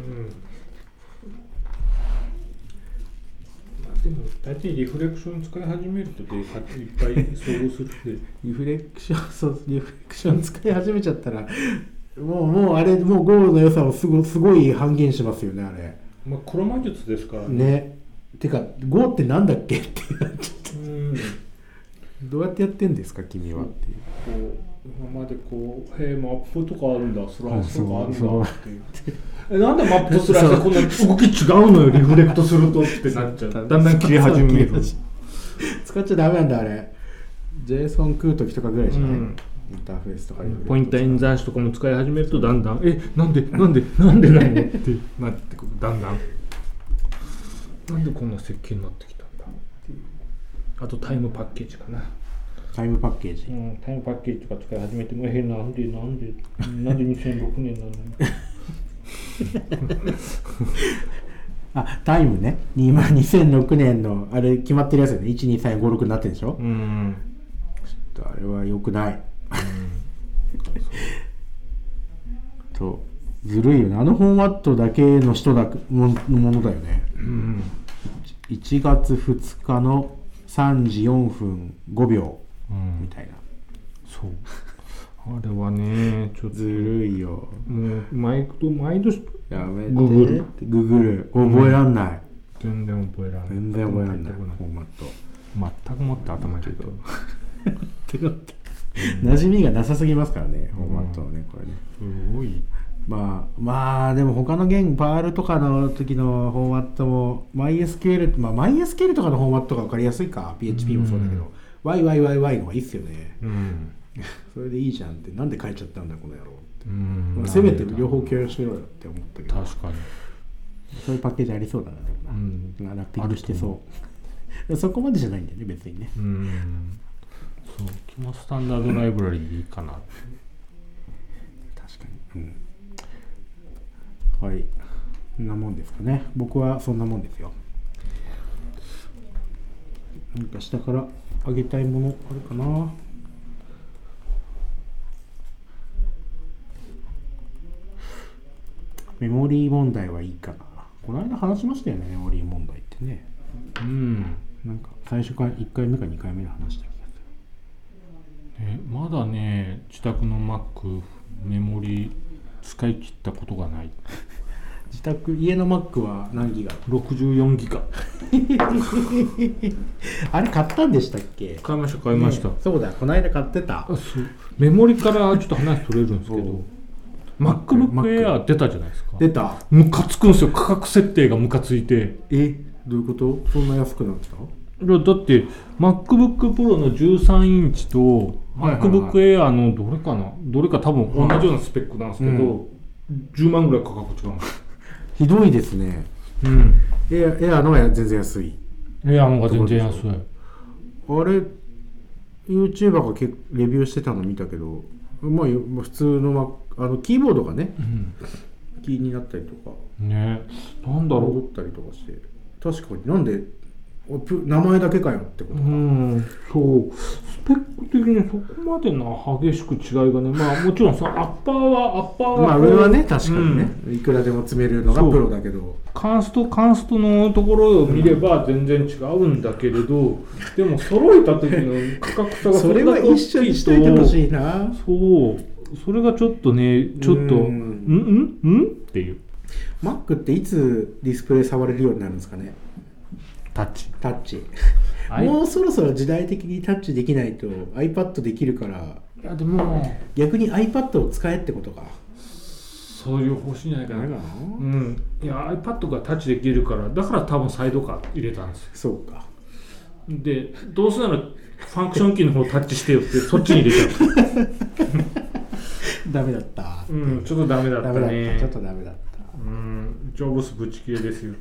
でも大体リフレクション使い始めるといっぱい遭遇するってリフレクション使い始めちゃったらもうあれもう Go の良さをすごい半減しますよね、あれ。 黒魔術ですからね。 てか Go ってなんだっけってなっちゃった。 どうやってやってんですか君はっていう。 こう今までこうマップとかあるんだ、スライスとかあるんだっていうなんでマップとスライスでこんな動き違うのよリフレクトするとってなっちゃう。だんだん切れ始める。 使っちゃダメなんだあれ。JSON 食う時とかぐらいじゃない、インターフェースとかポインター演算子とかも使い始めるとだんだんなんでないのってなってくる。だんだんなんでこんな設計になってきたんだっていう。あとタイムパッケージかな。 タイムパッケージ、 タイムパッケージとか使い始めてもなんで2006年なのあ、タイムね。今2006年のあれ決まってるやつよね。12356になってるでしょ。ちょっとあれは良くない。とずるいよね。あのフォーマットだけの人のものだよね。1月2日の3時4分5秒みたいな。 そうあれはねちょっとずるいよ。 もう毎度やめて。 ググル覚えらんない、 全然覚えらんない。 全然覚えらんないフォーマット。 全くもって頭に入ってる馴染みがなさすぎますからね、フォーマットのね、これね。 すごい。 まあでも他の言語パールとかの時のフォーマットも MySQL、MySQL とかのフォーマットが分かりやすいか。 PHP もそうだけど、YYYY のがいいっすよね。それでいいじゃんって、なんで変えちゃったんだこの野郎って。せめて両方共有しろよって思ったけど、確かにそういうパッケージありそうだな。ラッピングしてそうそこまでじゃないんだよね別にね。 そうキモスタンダードライブラリーいいかな。 確かに。はい、そんなもんですかね。僕はそんなもんですよ。なんか下からあげたいものあるかな。メモリー問題はいいかな。この間話しましたよね、メモリー問題ってね。なんか最初から1回目か2回目で話した気がする。 まだね自宅の Mac メモリ使い切ったことがない。 家の Mac は何ギガ ？64ギガあれ買ったんでしたっけ？ 買いました、 そうだ、この間買ってた。 メモリからちょっど話取れるんですけどMacBook Air 出たじゃないですか。 出た。 ムカつくんですよ。価格設定がムカついて。 どういうこと？そんな安くなってた？ だって MacBook Pro の13インチと MacBook Air のどれか多分同じようなスペックなんですけど、10万ぐらい価格違うんです。 ひどいですね。エアのが全然安い。 エアのが全然安い。 あれ YouTuber がレビューしてたの見たけど、普通のキーボードがね、キーになったりとかね、なんだろう、 戻ったりとかして、確かになんで名前だけかよってことか。 そうスペック的にそこまで激しく違いがね、もちろんさアッパーは上はね確かにね、いくらでも詰めるのがプロだけど、 カンストのところを見れば全然違うんだけれど、でも揃えた時の価格差がそれは一緒にしといてほしいな。 それがちょっとねっていう。 Mac っていつディスプレイ触れるようになるんですかね。 タッチもうそろそろ時代的にタッチできないと iPad できるから。 いやでも逆に iPad を使えってことか。 そういう方針じゃないかな。いや iPad がタッチできるから、だから多分サイドカー入れたんですよ。 そうか。 でどうせならファンクションキーの方タッチしてよってそっちに入れちゃう。 ダメだった。 ちょっとダメだったね。 ちょっとダメだった。 ジョブスブチ切れですよ。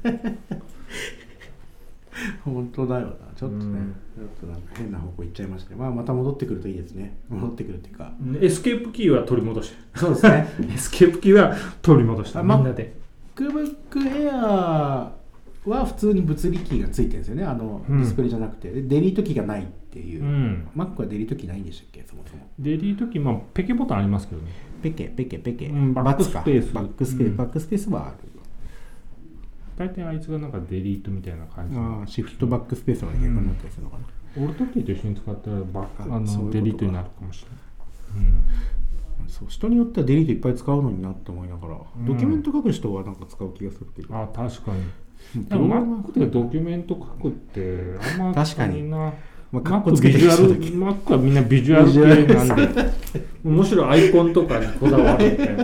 本当だよな。ちょっとね、ちょっとなんか変な方向行っちゃいましたね。また戻ってくるといいですね。戻ってくるっていうか、 エスケープキーは取り戻して。 そうですね。 エスケープキーは取り戻した。みんなで。 MacBook Air は普通に物理キーがついてるんですよね。ディスプレイじゃなくて、デリートキーがないっていう。Mac はデリートキーないんでしたっけ、そもそも。 デリートキー、ペケボタンありますけどね。 ペケ。 バックスペース。 バックスペースはある。 大体あいつがなんかデリートみたいな感じ。 シフトバックスペースが逆になったりするのかな。 オルトキーと一緒に使ったらデリートになるかもしれない。 そう人によってはデリートいっぱい使うのになって思いながら、ドキュメント書く人はなんか使う気がするけど。 確かに。でも Mac でドキュメント書くってあんま確かにまあ、 マかっこつックビジュアけてる人だけル、マックはみんなビジュアル系なんで、むしろアイコンとかにこだわるみたいな。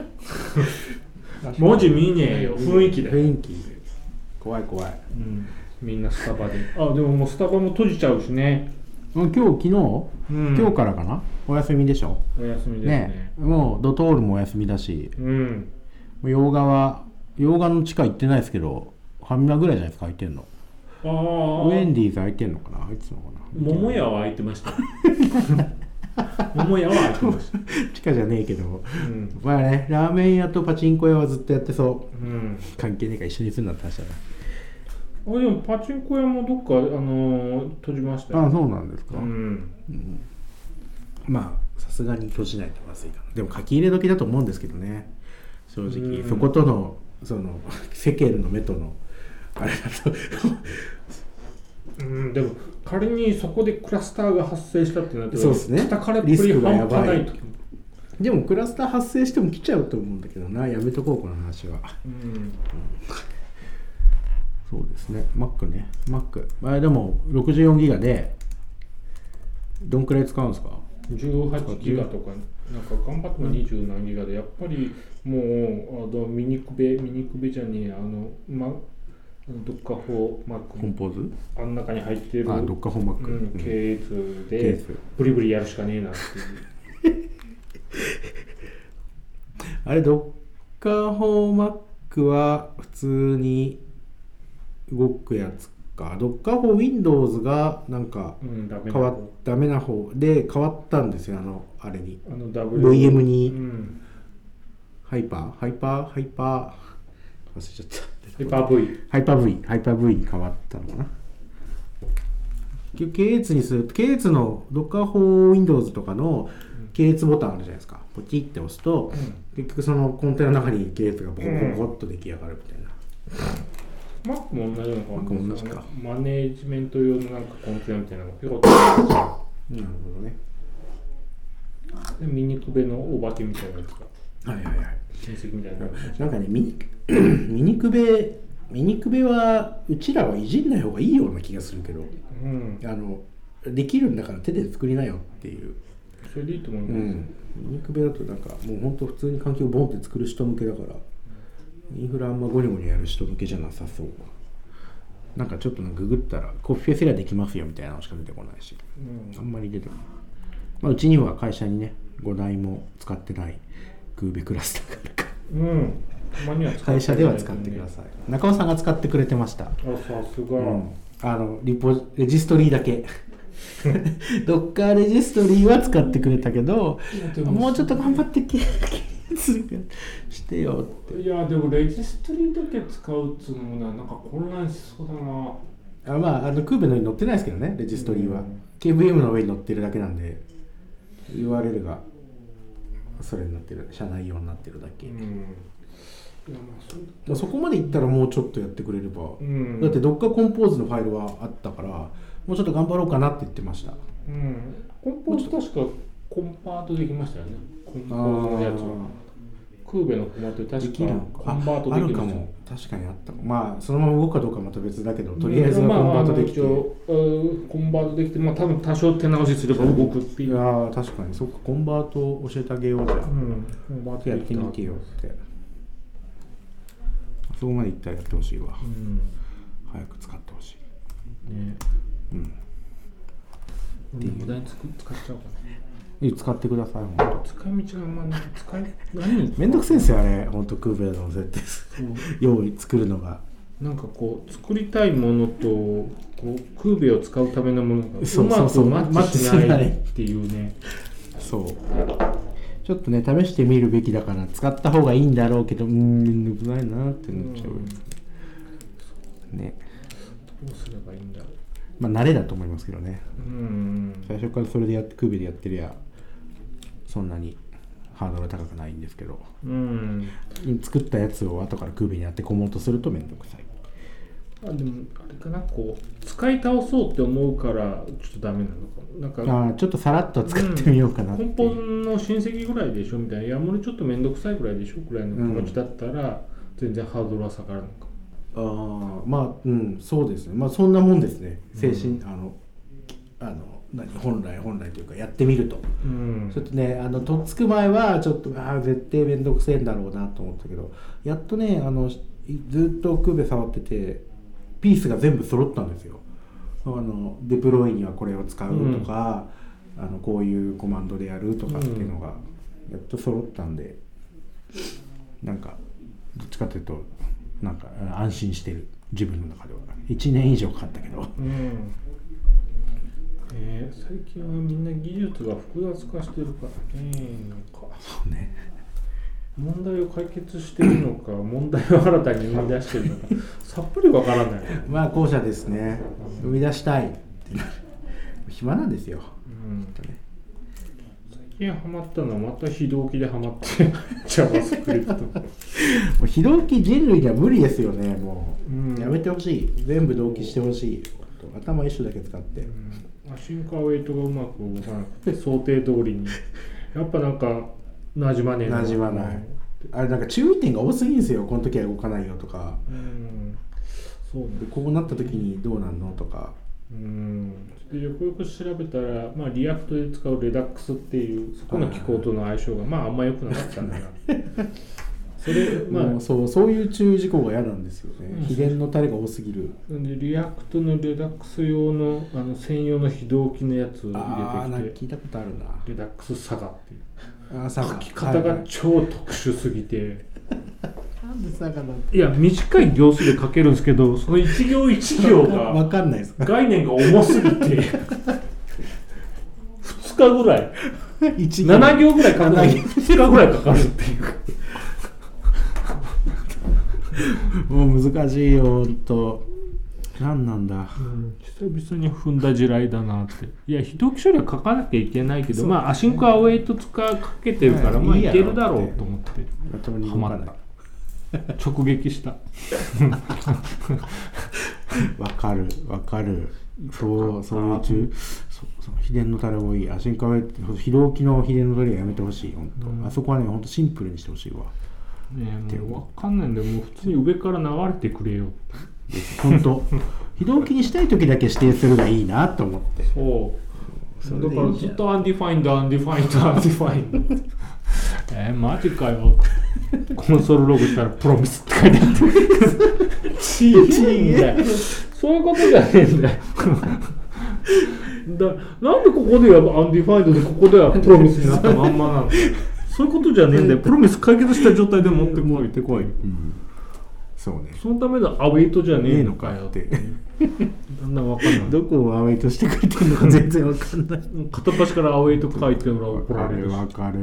文字見ねえよ、雰囲気で。 雰囲気怖い怖い。 みんなスタバで。あ、でももうスタバも閉じちゃうしね。 今日昨日、今日からかな、お休みでしょ。 お休みですね。 もうドトールもお休みだし、洋画の地下行ってないですけど、ファミマぐらいじゃないですか、空いてんの。ウェンディーズ空いてんのかな、空いてたのかな。 桃屋は空いてました。桃屋は空いてました。 地下じゃねえけど、まあね、ラーメン屋とパチンコ屋はずっとやってそう。関係ねえから一緒にするんだって話だね。 でもパチンコ屋もどっか、閉じましたよ。 あ、そうなんですか。まあさすがに閉じないとまずいかな。でも書き入れ時だと思うんですけどね、正直。そことのその世間の目とのあれだとでも仮にそこでクラスターが発生したってなって、 そうですね、 叩かれっぷり半端ないと。 でもクラスター発生しても来ちゃうと思うんだけどな、やめとこうこの話は。そうですね、Mac ね、Mac。でも64ギガでどんくらい使うんですか ？18ギガとか、なんか頑張っても20何ギガで、やっぱりもうミニクベじゃねえ、ドッカホーマックコンポーズあん中に入ってるドッカホーマック、 系図でブリブリやるしかねえなっていうあれドッカホーマックは普通に動くやつか。ドッカホー Windows がなんかダメな方で変わったんですよ、あれにVM に、ハイパー忘れちゃった。ハイパー V に変わったのかな。系列にすると、系列のドッカーホー Windows とかの系列ボタンあるじゃないですか。ポチって押すと、結局そのコンテナの中に系列がボコボコっと出来上がるみたいな。 Mac も同じような感じ。 Mac も同じか。 マネージメント用のなんかコンテナみたいなのがピコッと。なるほどね。 でミニクベのお化けみたいなやつが。親戚みたいな。 なんかね、ミニクベはうちらはいじんない方がいいような気がするけど、できるんだから手で作りなよっていう。 それでいいと思います。 ミニクベだとなんかもう本当普通に環境をボンって作る人向けだから、インフラあんまゴニゴニやる人向けじゃなさそう。なんかちょっとググったらコピペすらできますよみたいなのしか出てこないし、あんまり出てこない。うちには会社にね、5台も使ってないクーベクラスターがあるから、会社では使ってください。中尾さんが使ってくれてました。 さすが。 レジストリーだけドッカーレジストリーは使ってくれたけど、もうちょっと頑張ってしてよって。 いやでもレジストリーだけ使うっつうのもなんか混乱しそうだな。 クーベの上に載ってないですけどね、レジストリーは。KVM の上に載ってるだけなんで、URL がそれになってる、社内用になってるだけ。そこまでいったらもうちょっとやってくれれば、だってどっかコンポーズのファイルはあったから、もうちょっと頑張ろうかなって言ってました。 コンポーズ確かコンパートできましたよね。コンポーズのやつクーベのフォーマットで確かコンバートできる。 あるかも。確かにあった。そのまま動くかどうかまた別だけど、とりあえずはコンバートできて、 コンバートできて、多分多少手直しすれば動くっていう。 いや確かにそっか、コンバートを教えてあげようじゃん。コンバートやってみてよって。そこまでいったらやってほしいわ。早く使ってほしい。ね。 無駄に使っちゃおうかな。使ってください。 使い道がめんどくせえんですよあれ、本当クーベの絶対用意作るのが。 なんか作りたいものとクーベを使うためのものがうまくマッチしないっていうね。 そう。ちょっとね試してみるべきだから使った方がいいんだろうけど、めんどくさいなってなっちゃうね。 どうすればいいんだろう。 慣れだと思いますけどね。最初からそれでクーベでやってりゃそんなにハードル高くないんですけど、作ったやつを後からクーベにやって込もうとするとめんどくさい。 でもあれかな、使い倒そうって思うからちょっとダメなのかな。 ちょっとさらっと使ってみようかなって。 コンポーズの親戚ぐらいでしょみたいな、いやもうちょっとめんどくさいぐらいでしょぐらいの気持ちだったら、全然ハードルは下がるのか。そうですね。そんなもんですね。精神、 本来というかやってみると、 うん、 ちょっとねとっつく前はちょっと絶対めんどくせえんだろうなと思ったけど、やっとねずっとクーベ触っててピースが全部揃ったんですよ。デプロイにはこれを使うとか、こういうコマンドでやるとかっていうのがやっと揃ったんで、なんかどっちかというとなんか安心してる、自分の中では。1年以上かかったけど、 最近はみんな技術が複雑化してるからね。なんかそうね、 問題を解決してるのか問題を新たに生み出してるのかさっぱりわからない。 まあ後者ですね。生み出したいって暇なんですよ、 最近ハマったのはまた非同期でハマってJavaScript 非同期人類では無理ですよね。もう、やめてほしい。全部同期してほしい。頭一緒だけ使って、 アシンクアウェイトがうまく動かなくて想定通りにやっぱなんか馴染まねえな。 馴染まない。あれなんか注意点が多すぎるんですよ。この時は動かないよとか、 そうね、 こうなった時にどうなんのとか。 でよくよく調べたら、リアクトで使うレダックスっていうそこの機構との相性があんま良くなかったんだなそれそういう注意事項が嫌なんですよね。秘伝のタレが多すぎる。 でリアクトのレダックス用の専用の非同期のやつを入れてきて、 聞いたことあるな。 レダックスサガっていう書き方が超特殊すぎてなんでサガなんて。いや短い行数で書けるんですけど、その一行一行が分かんないです。 概念が重すぎて2日ぐらい7行ぐらい書くのに2日ぐらいかかるっていうもう難しいよほんと。何なんだ、 久々に踏んだ地雷だなって。いや非同期処理は書かなきゃいけないけど、アシンクアウェイトかけてるからいけるだろうと思ってハマった。直撃したわかるそういう秘伝のタレ多い。アシンクアウェイト非同期の秘伝のタレはやめてほしい本当、あそこはね本当シンプルにしてほしいわ。 もう分かんないんで、もう普通に上から流れてくれよ本当非同期にしたい時だけ指定するがいいなと思って。 そうだからずっとアンディファインドマジかよコンソールログしたらプロミスって書いてあってチーだよ。そういうことじゃねえんだよなんでここではアンディファインドでここではプロミスになったまんまなのそういうことじゃねえんだよ。プロミス解決した状態で持ってこい、 そうね。 そのためのアウェイトじゃねえのかよってだんだん分かんない。 どこをアウェイトしてくれてるのか全然分かんない片っ端からアウェイト書いてるのが怒られるし。 分かる。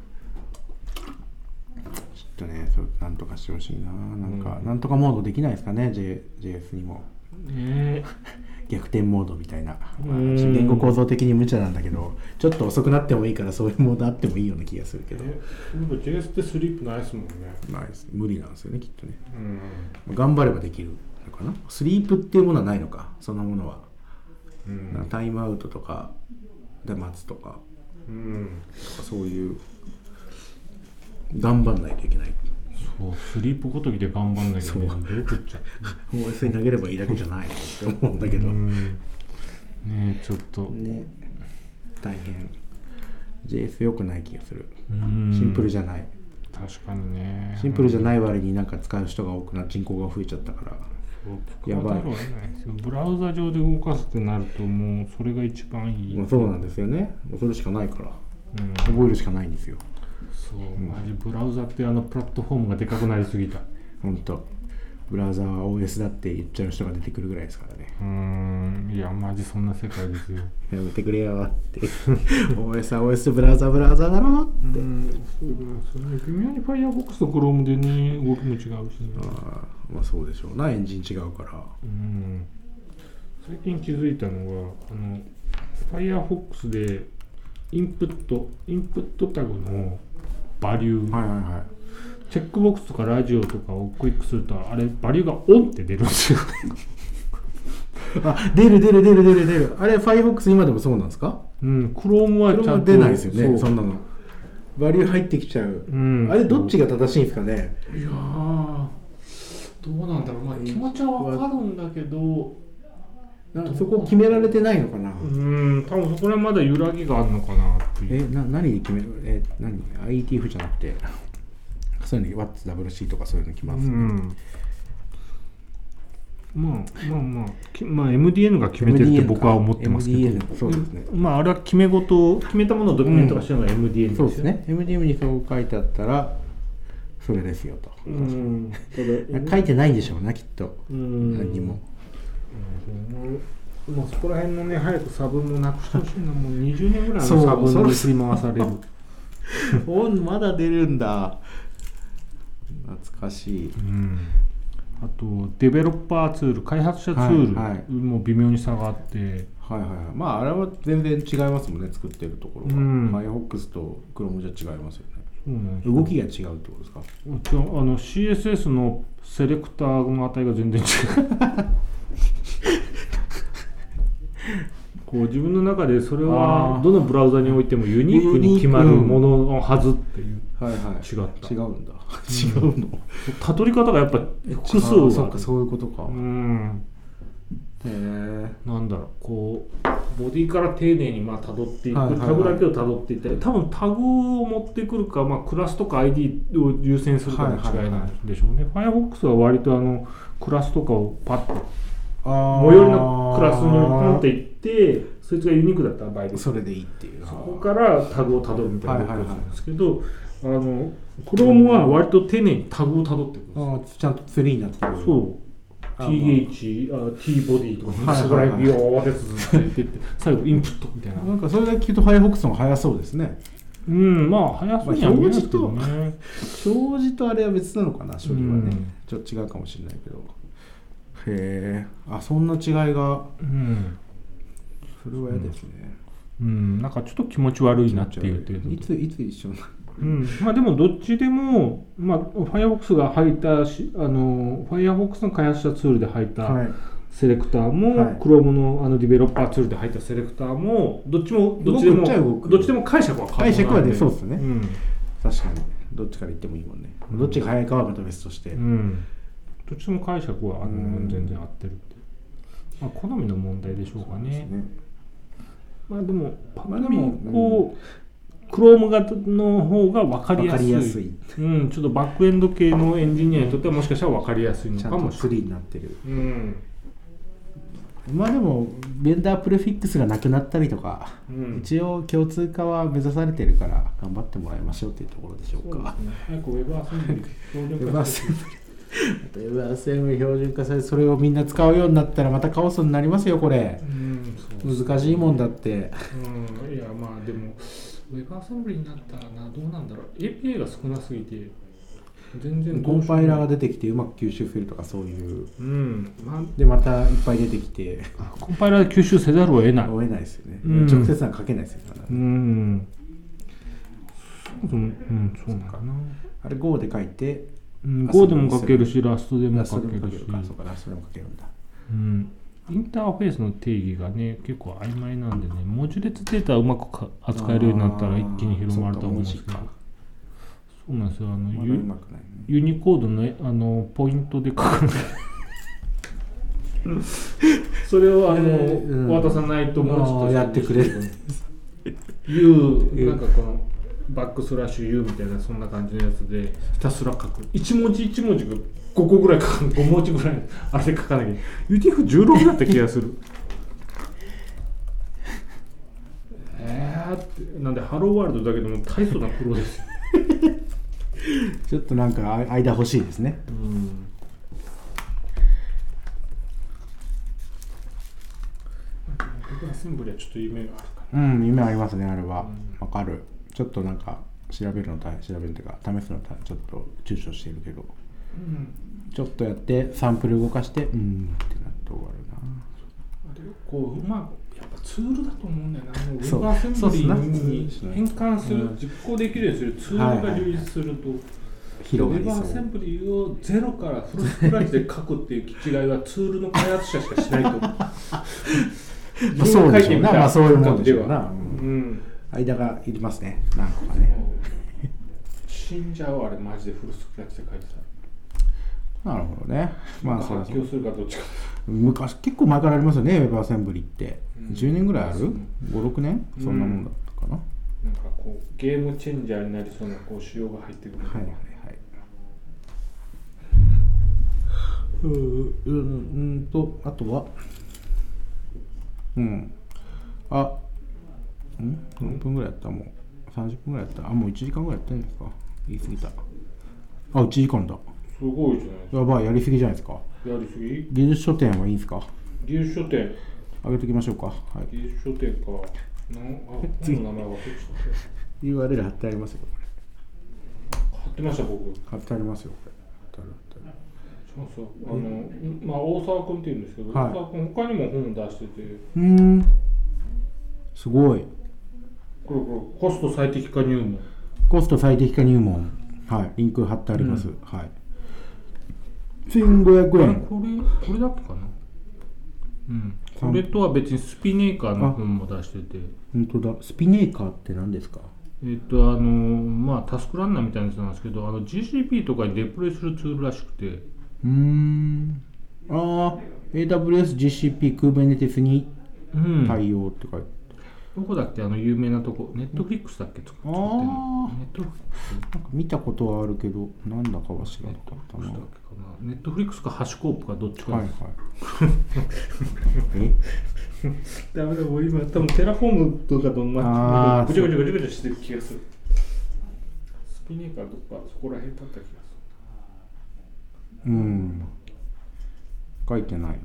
ちょっとね、なんとかしてほしいな。なんとかモードできないですかね、JS にも。逆転モードみたいな。言語構造的に無茶なんだけど、ちょっと遅くなってもいいからそういうモードあってもいいような気がするけど。 JS ってスリープないですもんね。 ないです。無理なんですよね、きっとね。頑張ればできるのかな。スリープっていうものはないのか、そんなものは。タイムアウトとかで待つとか、そういう頑張んないといけない。 そうスリープごときで頑張んないけど、ね、どう食っちゃう OS に投げればいいだけじゃないのって思うんだけどね、ちょっとね、大変 JS 良くない気がする。シンプルじゃない。 確かにね。 シンプルじゃない割になんか使う人が多くな、人口が増えちゃったからやばい。 ブラウザ上で動かすってなるともうそれが一番いい。 そうなんですよね。それしかないから、覚えるしかないんですよ。 そう、マジブラウザってプラットフォームがでかくなりすぎた。 本当ブラウザは OS だって言っちゃう人が出てくるぐらいですからね。 いやマジそんな世界ですよ。 やめてくれよって OS は OS ブラウザだろって。 それ微妙に Firefox と Chrome でね動きも違うしね。 まあそうでしょうな。エンジン違うから。 最近気づいたのがFirefox でインプットタグのバリュー、チェックボックスとかラジオとかをクリックするとあれバリューがオンって出るんですよ出る。あれ Firefox 今でもそうなんですか ？Chrome はちゃんと出ないですよね。そんなのバリュー入ってきちゃう。あれどっちが正しいんですかね。 いやどうなんだろう。気持ちはわかるんだけどそこ決められてないのかな。 多分そこらまだ揺らぎがあるのかなっていう。 何で決める何 IETF じゃなくてそういうの WATSWC とかそういうの決まるんですね。 まあ MDN が決めてるって僕は思ってますけど、 MDN そうですね。 まああれは決めたものをドキュメント化してるのが MDN ですよね。 そうですね。MDN にそう書いてあったらそれですよと。書いてないんでしょうな、きっと。何にも。 もうそこら辺のね、早く差分もなくしてほしいな。もう20年ぐらいの差分に振り回される。 まだ出るんだ。懐かしい。 あとデベロッパーツール、開発者ツールも微妙に差があって、 まああれは全然違いますもんね、作ってるところが。Firefox と Chrome じゃ違いますよね。動きが違うってことですか。 CSS のセレクターの値が全然違う。こう自分の中でそれはどのブラウザにおいてもユニークに決まるもののはずっていう。違った。 違うんだ。違うの。 たどり方がやっぱ複数は。 そういうことか。 なんだろう、こうボディから丁寧にたどっていく、タグだけをたどっていって、多分タグを持ってくるか、クラスとか ID を優先するかの違いなんでしょうね。Firefox は割とクラスとかをパッと最寄りのクラスにポンっていって、そいつがユニークだった場合です。 それでいいっていう。 そこからタグをたどるみたいなことなんですけど、Chrome は割と丁寧にタグをたどっていくんです。 ちゃんとツリーになってる。 そう。TH、T ボディとか、そこら辺ビヨーって続いていって、最後インプットみたいな。 なんかそれだけ聞くと Firefox の方が早そうですね。 早そうには見えますけどね。 表示とあれは別なのかな、処理はね。ちょっと違うかもしれないけど。へえ、そんな違いが。それは嫌ですね。 なんかちょっと気持ち悪いなっていう程度。 いつ一緒なでもどっちでも、Firefox が入ったFirefox の開発者ツールで入ったセレクターも、Chrome のディベロッパーツールで入ったセレクターも、どっちでも解釈は変わる。 解釈はそうですね。確かに。どっちから言ってもいいもんね。どっちが早いかはまた別として。 どっちも解釈は全然合ってるって。好みの問題でしょうかね。でも、こう、Chrome 型の方が分かりやすい。ちょっとバックエンド系のエンジニアにとってはもしかしたら分かりやすいのかもしれない。 ちゃんとツリーになってる。でもベンダープレフィックスがなくなったりとか、一応共通化は目指されてるから頑張ってもらいましょうというところでしょうか。 早く Web アセンブリ標準化されて、それをみんな使うようになったらまたカオスになりますよこれ。難しいもんだって。 いやでもWeb アセンブリになったらどうなんだろう。 API が少なすぎて全然コンパイラーが出てきてうまく吸収するとかそういう、でまたいっぱい出てきてコンパイラーで吸収せざるを得ないですよね。直接は書けないですよね。 そうかな。 あれ Go で書いて、 Go でも書けるしラストでも書けるし、 そうか、ラストでも書けるんだ。 インターフェースの定義がね結構曖昧なんでね、文字列データをうまく扱えるようになったら一気に広まると思うんですけど。そうなんですよ。ユニコードのポイントで書くそれを渡さないと文字とやってくれる。 U なんかこのバックスラッシュ U みたいなそんな感じのやつでひたすら書く。一文字一文字が5個ぐらい書く、5文字ぐらいあれで書かなきゃ。UTF-16 だった気がする。なんでハローワールドだけでも大層な苦労ですよ。 ちょっとなんか間欲しいですね。 アセンブリはちょっと夢があるかな。 夢ありますね、あれは。わかる。ちょっとなんか調べるというか試すのちょっと躊躇しているけど、ちょっとやってサンプル動かしてってなって終わるな。 あれこうやっぱツールだと思うんだよな。ウェブアセンブリに変換する、実行できるようにするツールが充実すると、ウェブアセンブリをゼロからフルスクラッチで書くっていう違いはツールの開発者しかしないと思う。 そうでしょうな。そういうもんでしょうな。間がいりますね。何個かね。 死んじゃうあれマジでフルスクラッチで書いてた。 なるほどね。まあそれは発狂するかどっちか。 昔結構前からありますよね、ウェブアセンブリって、10年ぐらいある、 そう 5、6年そんなもんだったかな。 なんかこうゲームチェンジャーになりそうなこう仕様が入ってくる。 はいはいはい。あとは何分ぐらいやった？もう30分ぐらいやった？もう1時間ぐらいやってるんですか？言い過ぎた。1時間だ。 すごいじゃないですか。 やばい、やりすぎじゃないですか。 やりすぎ？ 技術書店はいいんですか？ 技術書店。 あげときましょうか。はい。 技術書店か。本の名前忘れちゃった。 URL 貼ってありますよ。 貼ってました僕。 貼ってありますよ。これ。 そうそう。大沢君って言うんですけど、 はい、 大沢君他にも本出してて。 すごい。 これコスト最適化入門。 コスト最適化入門。はい。リンク貼ってあります。はい。1500円。 これだっけかな。これとは別にスピネーカーの本も出してて。 本当だ。スピネーカーって何ですか？ タスクランナーみたいなやつなんですけど、GCP とかにデプロイするツールらしくて。 AWS GCP Kubernetes に対応って書いて、 どこだっけ有名なとこ、ネットフリックスだっけとか作ってんの。 なんか見たことはあるけど、なんだかは知らなかったな。 ネットフリックスかハシコープかどっちか。 はいはい。 ダメだ、もう今多分テラフォームとかとぐちゃぐちゃしてる気がする。スピネーカーとかそこら辺だった気がする。 書いてないな。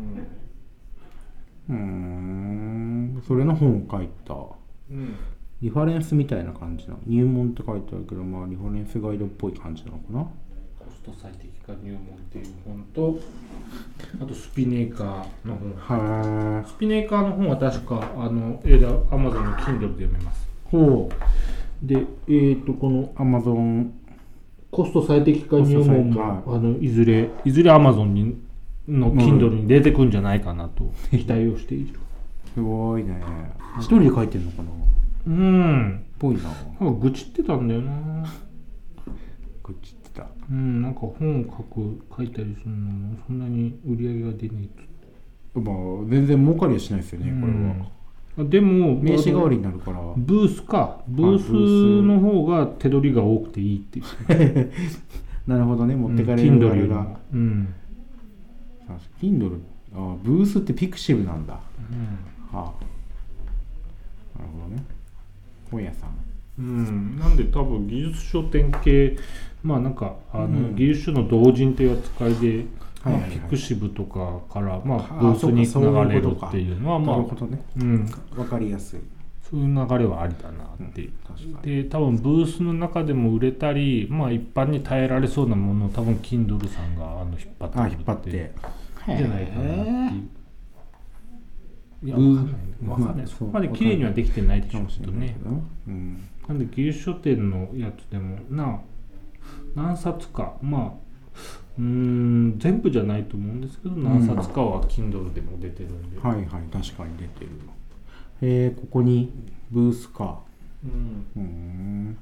それの本を書いた。リファレンスみたいな感じな。入門って書いてあるけど、リファレンスガイドっぽい感じなのかな。 コスト最適化入門っていう本と、あとスピネーカーの本。スピネーカーの本は確かAmazon の Kindle で読めます。で、この Amazon コスト最適化入門もいずれ Amazon の Kindle に出てくるんじゃないかなと期待をしている。 すごいね。一人で書いてんのかな。ぽいな。 愚痴ってたんだよな。 愚痴ってた。 なんか本を書いたりするのもそんなに売り上げが出ないと。 全然儲かりはしないですよね、これは。 でも名刺代わりになるから。 ブースの方が手取りが多くていいっていう。 なるほどね、持ってかれるあれが。Kindle、ブースってピクシブなんだ。なるほどね。本屋さん。 なんで多分技術書店系、技術書の同人っていう扱いで、ピクシブとかからブースに流れるっていうのはなるほどね。わかりやすい。 そういう流れはありだなっていう。で多分ブースの中でも売れたり、一般に耐えられそうなものを多分 Kindle さんが引っ張ってるってじゃないかなっていう。いや、わかんない。そこまで綺麗にはできてないでしょうけどね。なんで技術書店のやつでも何冊か全部じゃないと思うんですけど、何冊かは Kindle でも出てるんで。 はいはい、確かに出てる。ここにブースか。なん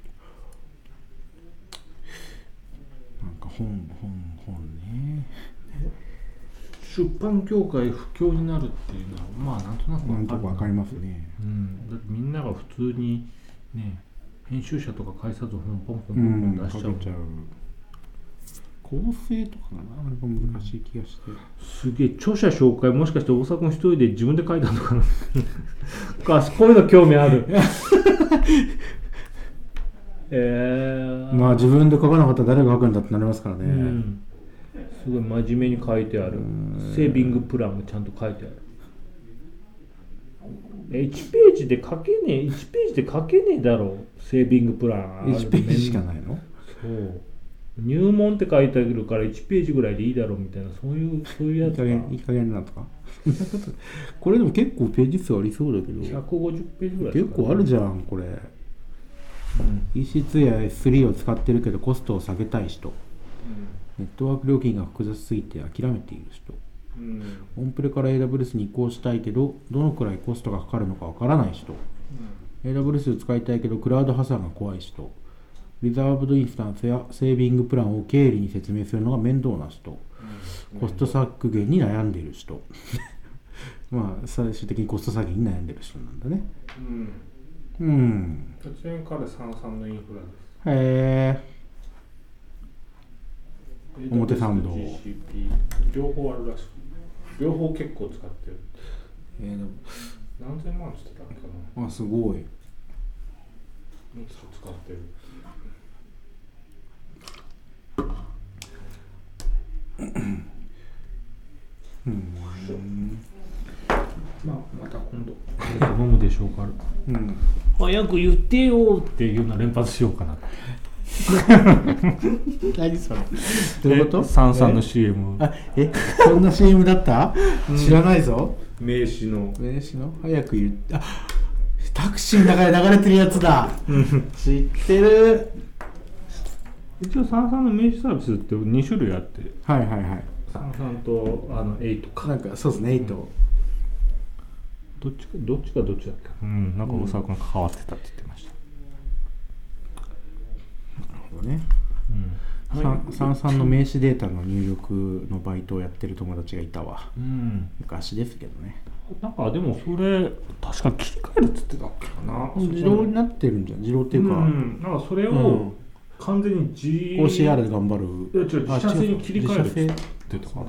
か本ね。 出版業界不況になるっていうのはなんとなく分かりますね。 だってみんなが普通にね、編集者とか介さず本ポンポン出しちゃう。 構成とかがなんか難しい気がして。 すげえ、著者紹介もしかして大沢君一人で自分で書いたのかな。こういうの興味ある。 自分で書かなかったら誰が書くんだってなりますからね。 すごい真面目に書いてある。セービングプランもちゃんと書いてある。1ページで書けねえだろう。セービングプラン 1ページしかないの？ そう。入門って書いてあるから1ページぐらいでいいだろうみたいな、そういうやつ。 いい加減なんとか。これでも結構ページ数ありそうだけど。 150ページぐらい、 結構あるじゃんこれ。EC2 や S3 を使ってるけどコストを下げたい人。ネットワーク料金が複雑すぎて諦めている人。オンプレから AWS に移行したいけどどのくらいコストがかかるのかわからない人。AWS を使いたいけどクラウド破産が怖い人。 リザーブドインスタンスやセービングプランを経理に説明するのが面倒な人、コスト削減に悩んでいる人まあ最終的にコスト削減に悩んでいる人なんだね。 突然彼三々のインフラです。 へえ。表参道 GCP 両方あるらしく、両方結構使ってる。 でも何千万って言ってたのかな。 あ、すごい。 使ってる。また今度飲むでしょうから、早く言ってよっていうの連発しようかな。 何それ、どういうこと？ サンサンの CM。 そんな CM だった？知らないぞ。 名刺の早く言って、タクシーの中で流れてるやつだ。知ってる。 一応サンサンの名刺サービスって2種類あって、 サンサンと8か。 なんかそうですね、8。 どっちだっけ。なんか大沢君が関わってたって言ってました。 なるほどね。サンサンの名刺データの入力のバイトをやってる友達がいたわ。昔ですけどね。 なんかでもそれ確か切り替えるって言ってたっけかな。 自動になってるんじゃん。自動っていうか、 なんかそれを完全に OCR で頑張る。 自社製に切り替えるって言ってたかな。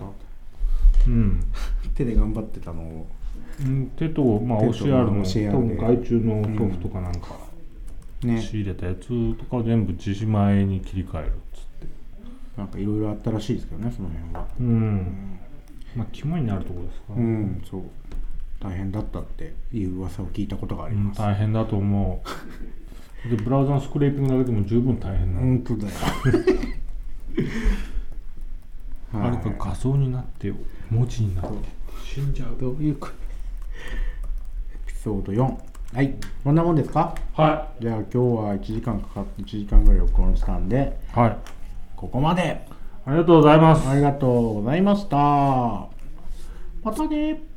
手で頑張ってたのを。 手と、OCR の多分外注のソフトかなんか、仕入れたやつとか全部自前に切り替えるっつって、 なんかいろいろあったらしいですけどね、その辺は。 肝になるところですか。 そう、大変だったっていう噂を聞いたことがあります。 大変だと思う。でブラウザのスクレーピングだけでも十分大変な。 本当だよ。 あれが画像になって文字になって死んじゃう。 どういうか。エピソード4。はい、こんなもんですか？ はい。 じゃあ今日は1時間かかって1時間ぐらい録音したんで、ここまで。 ありがとうございます。 ありがとうございました。またね。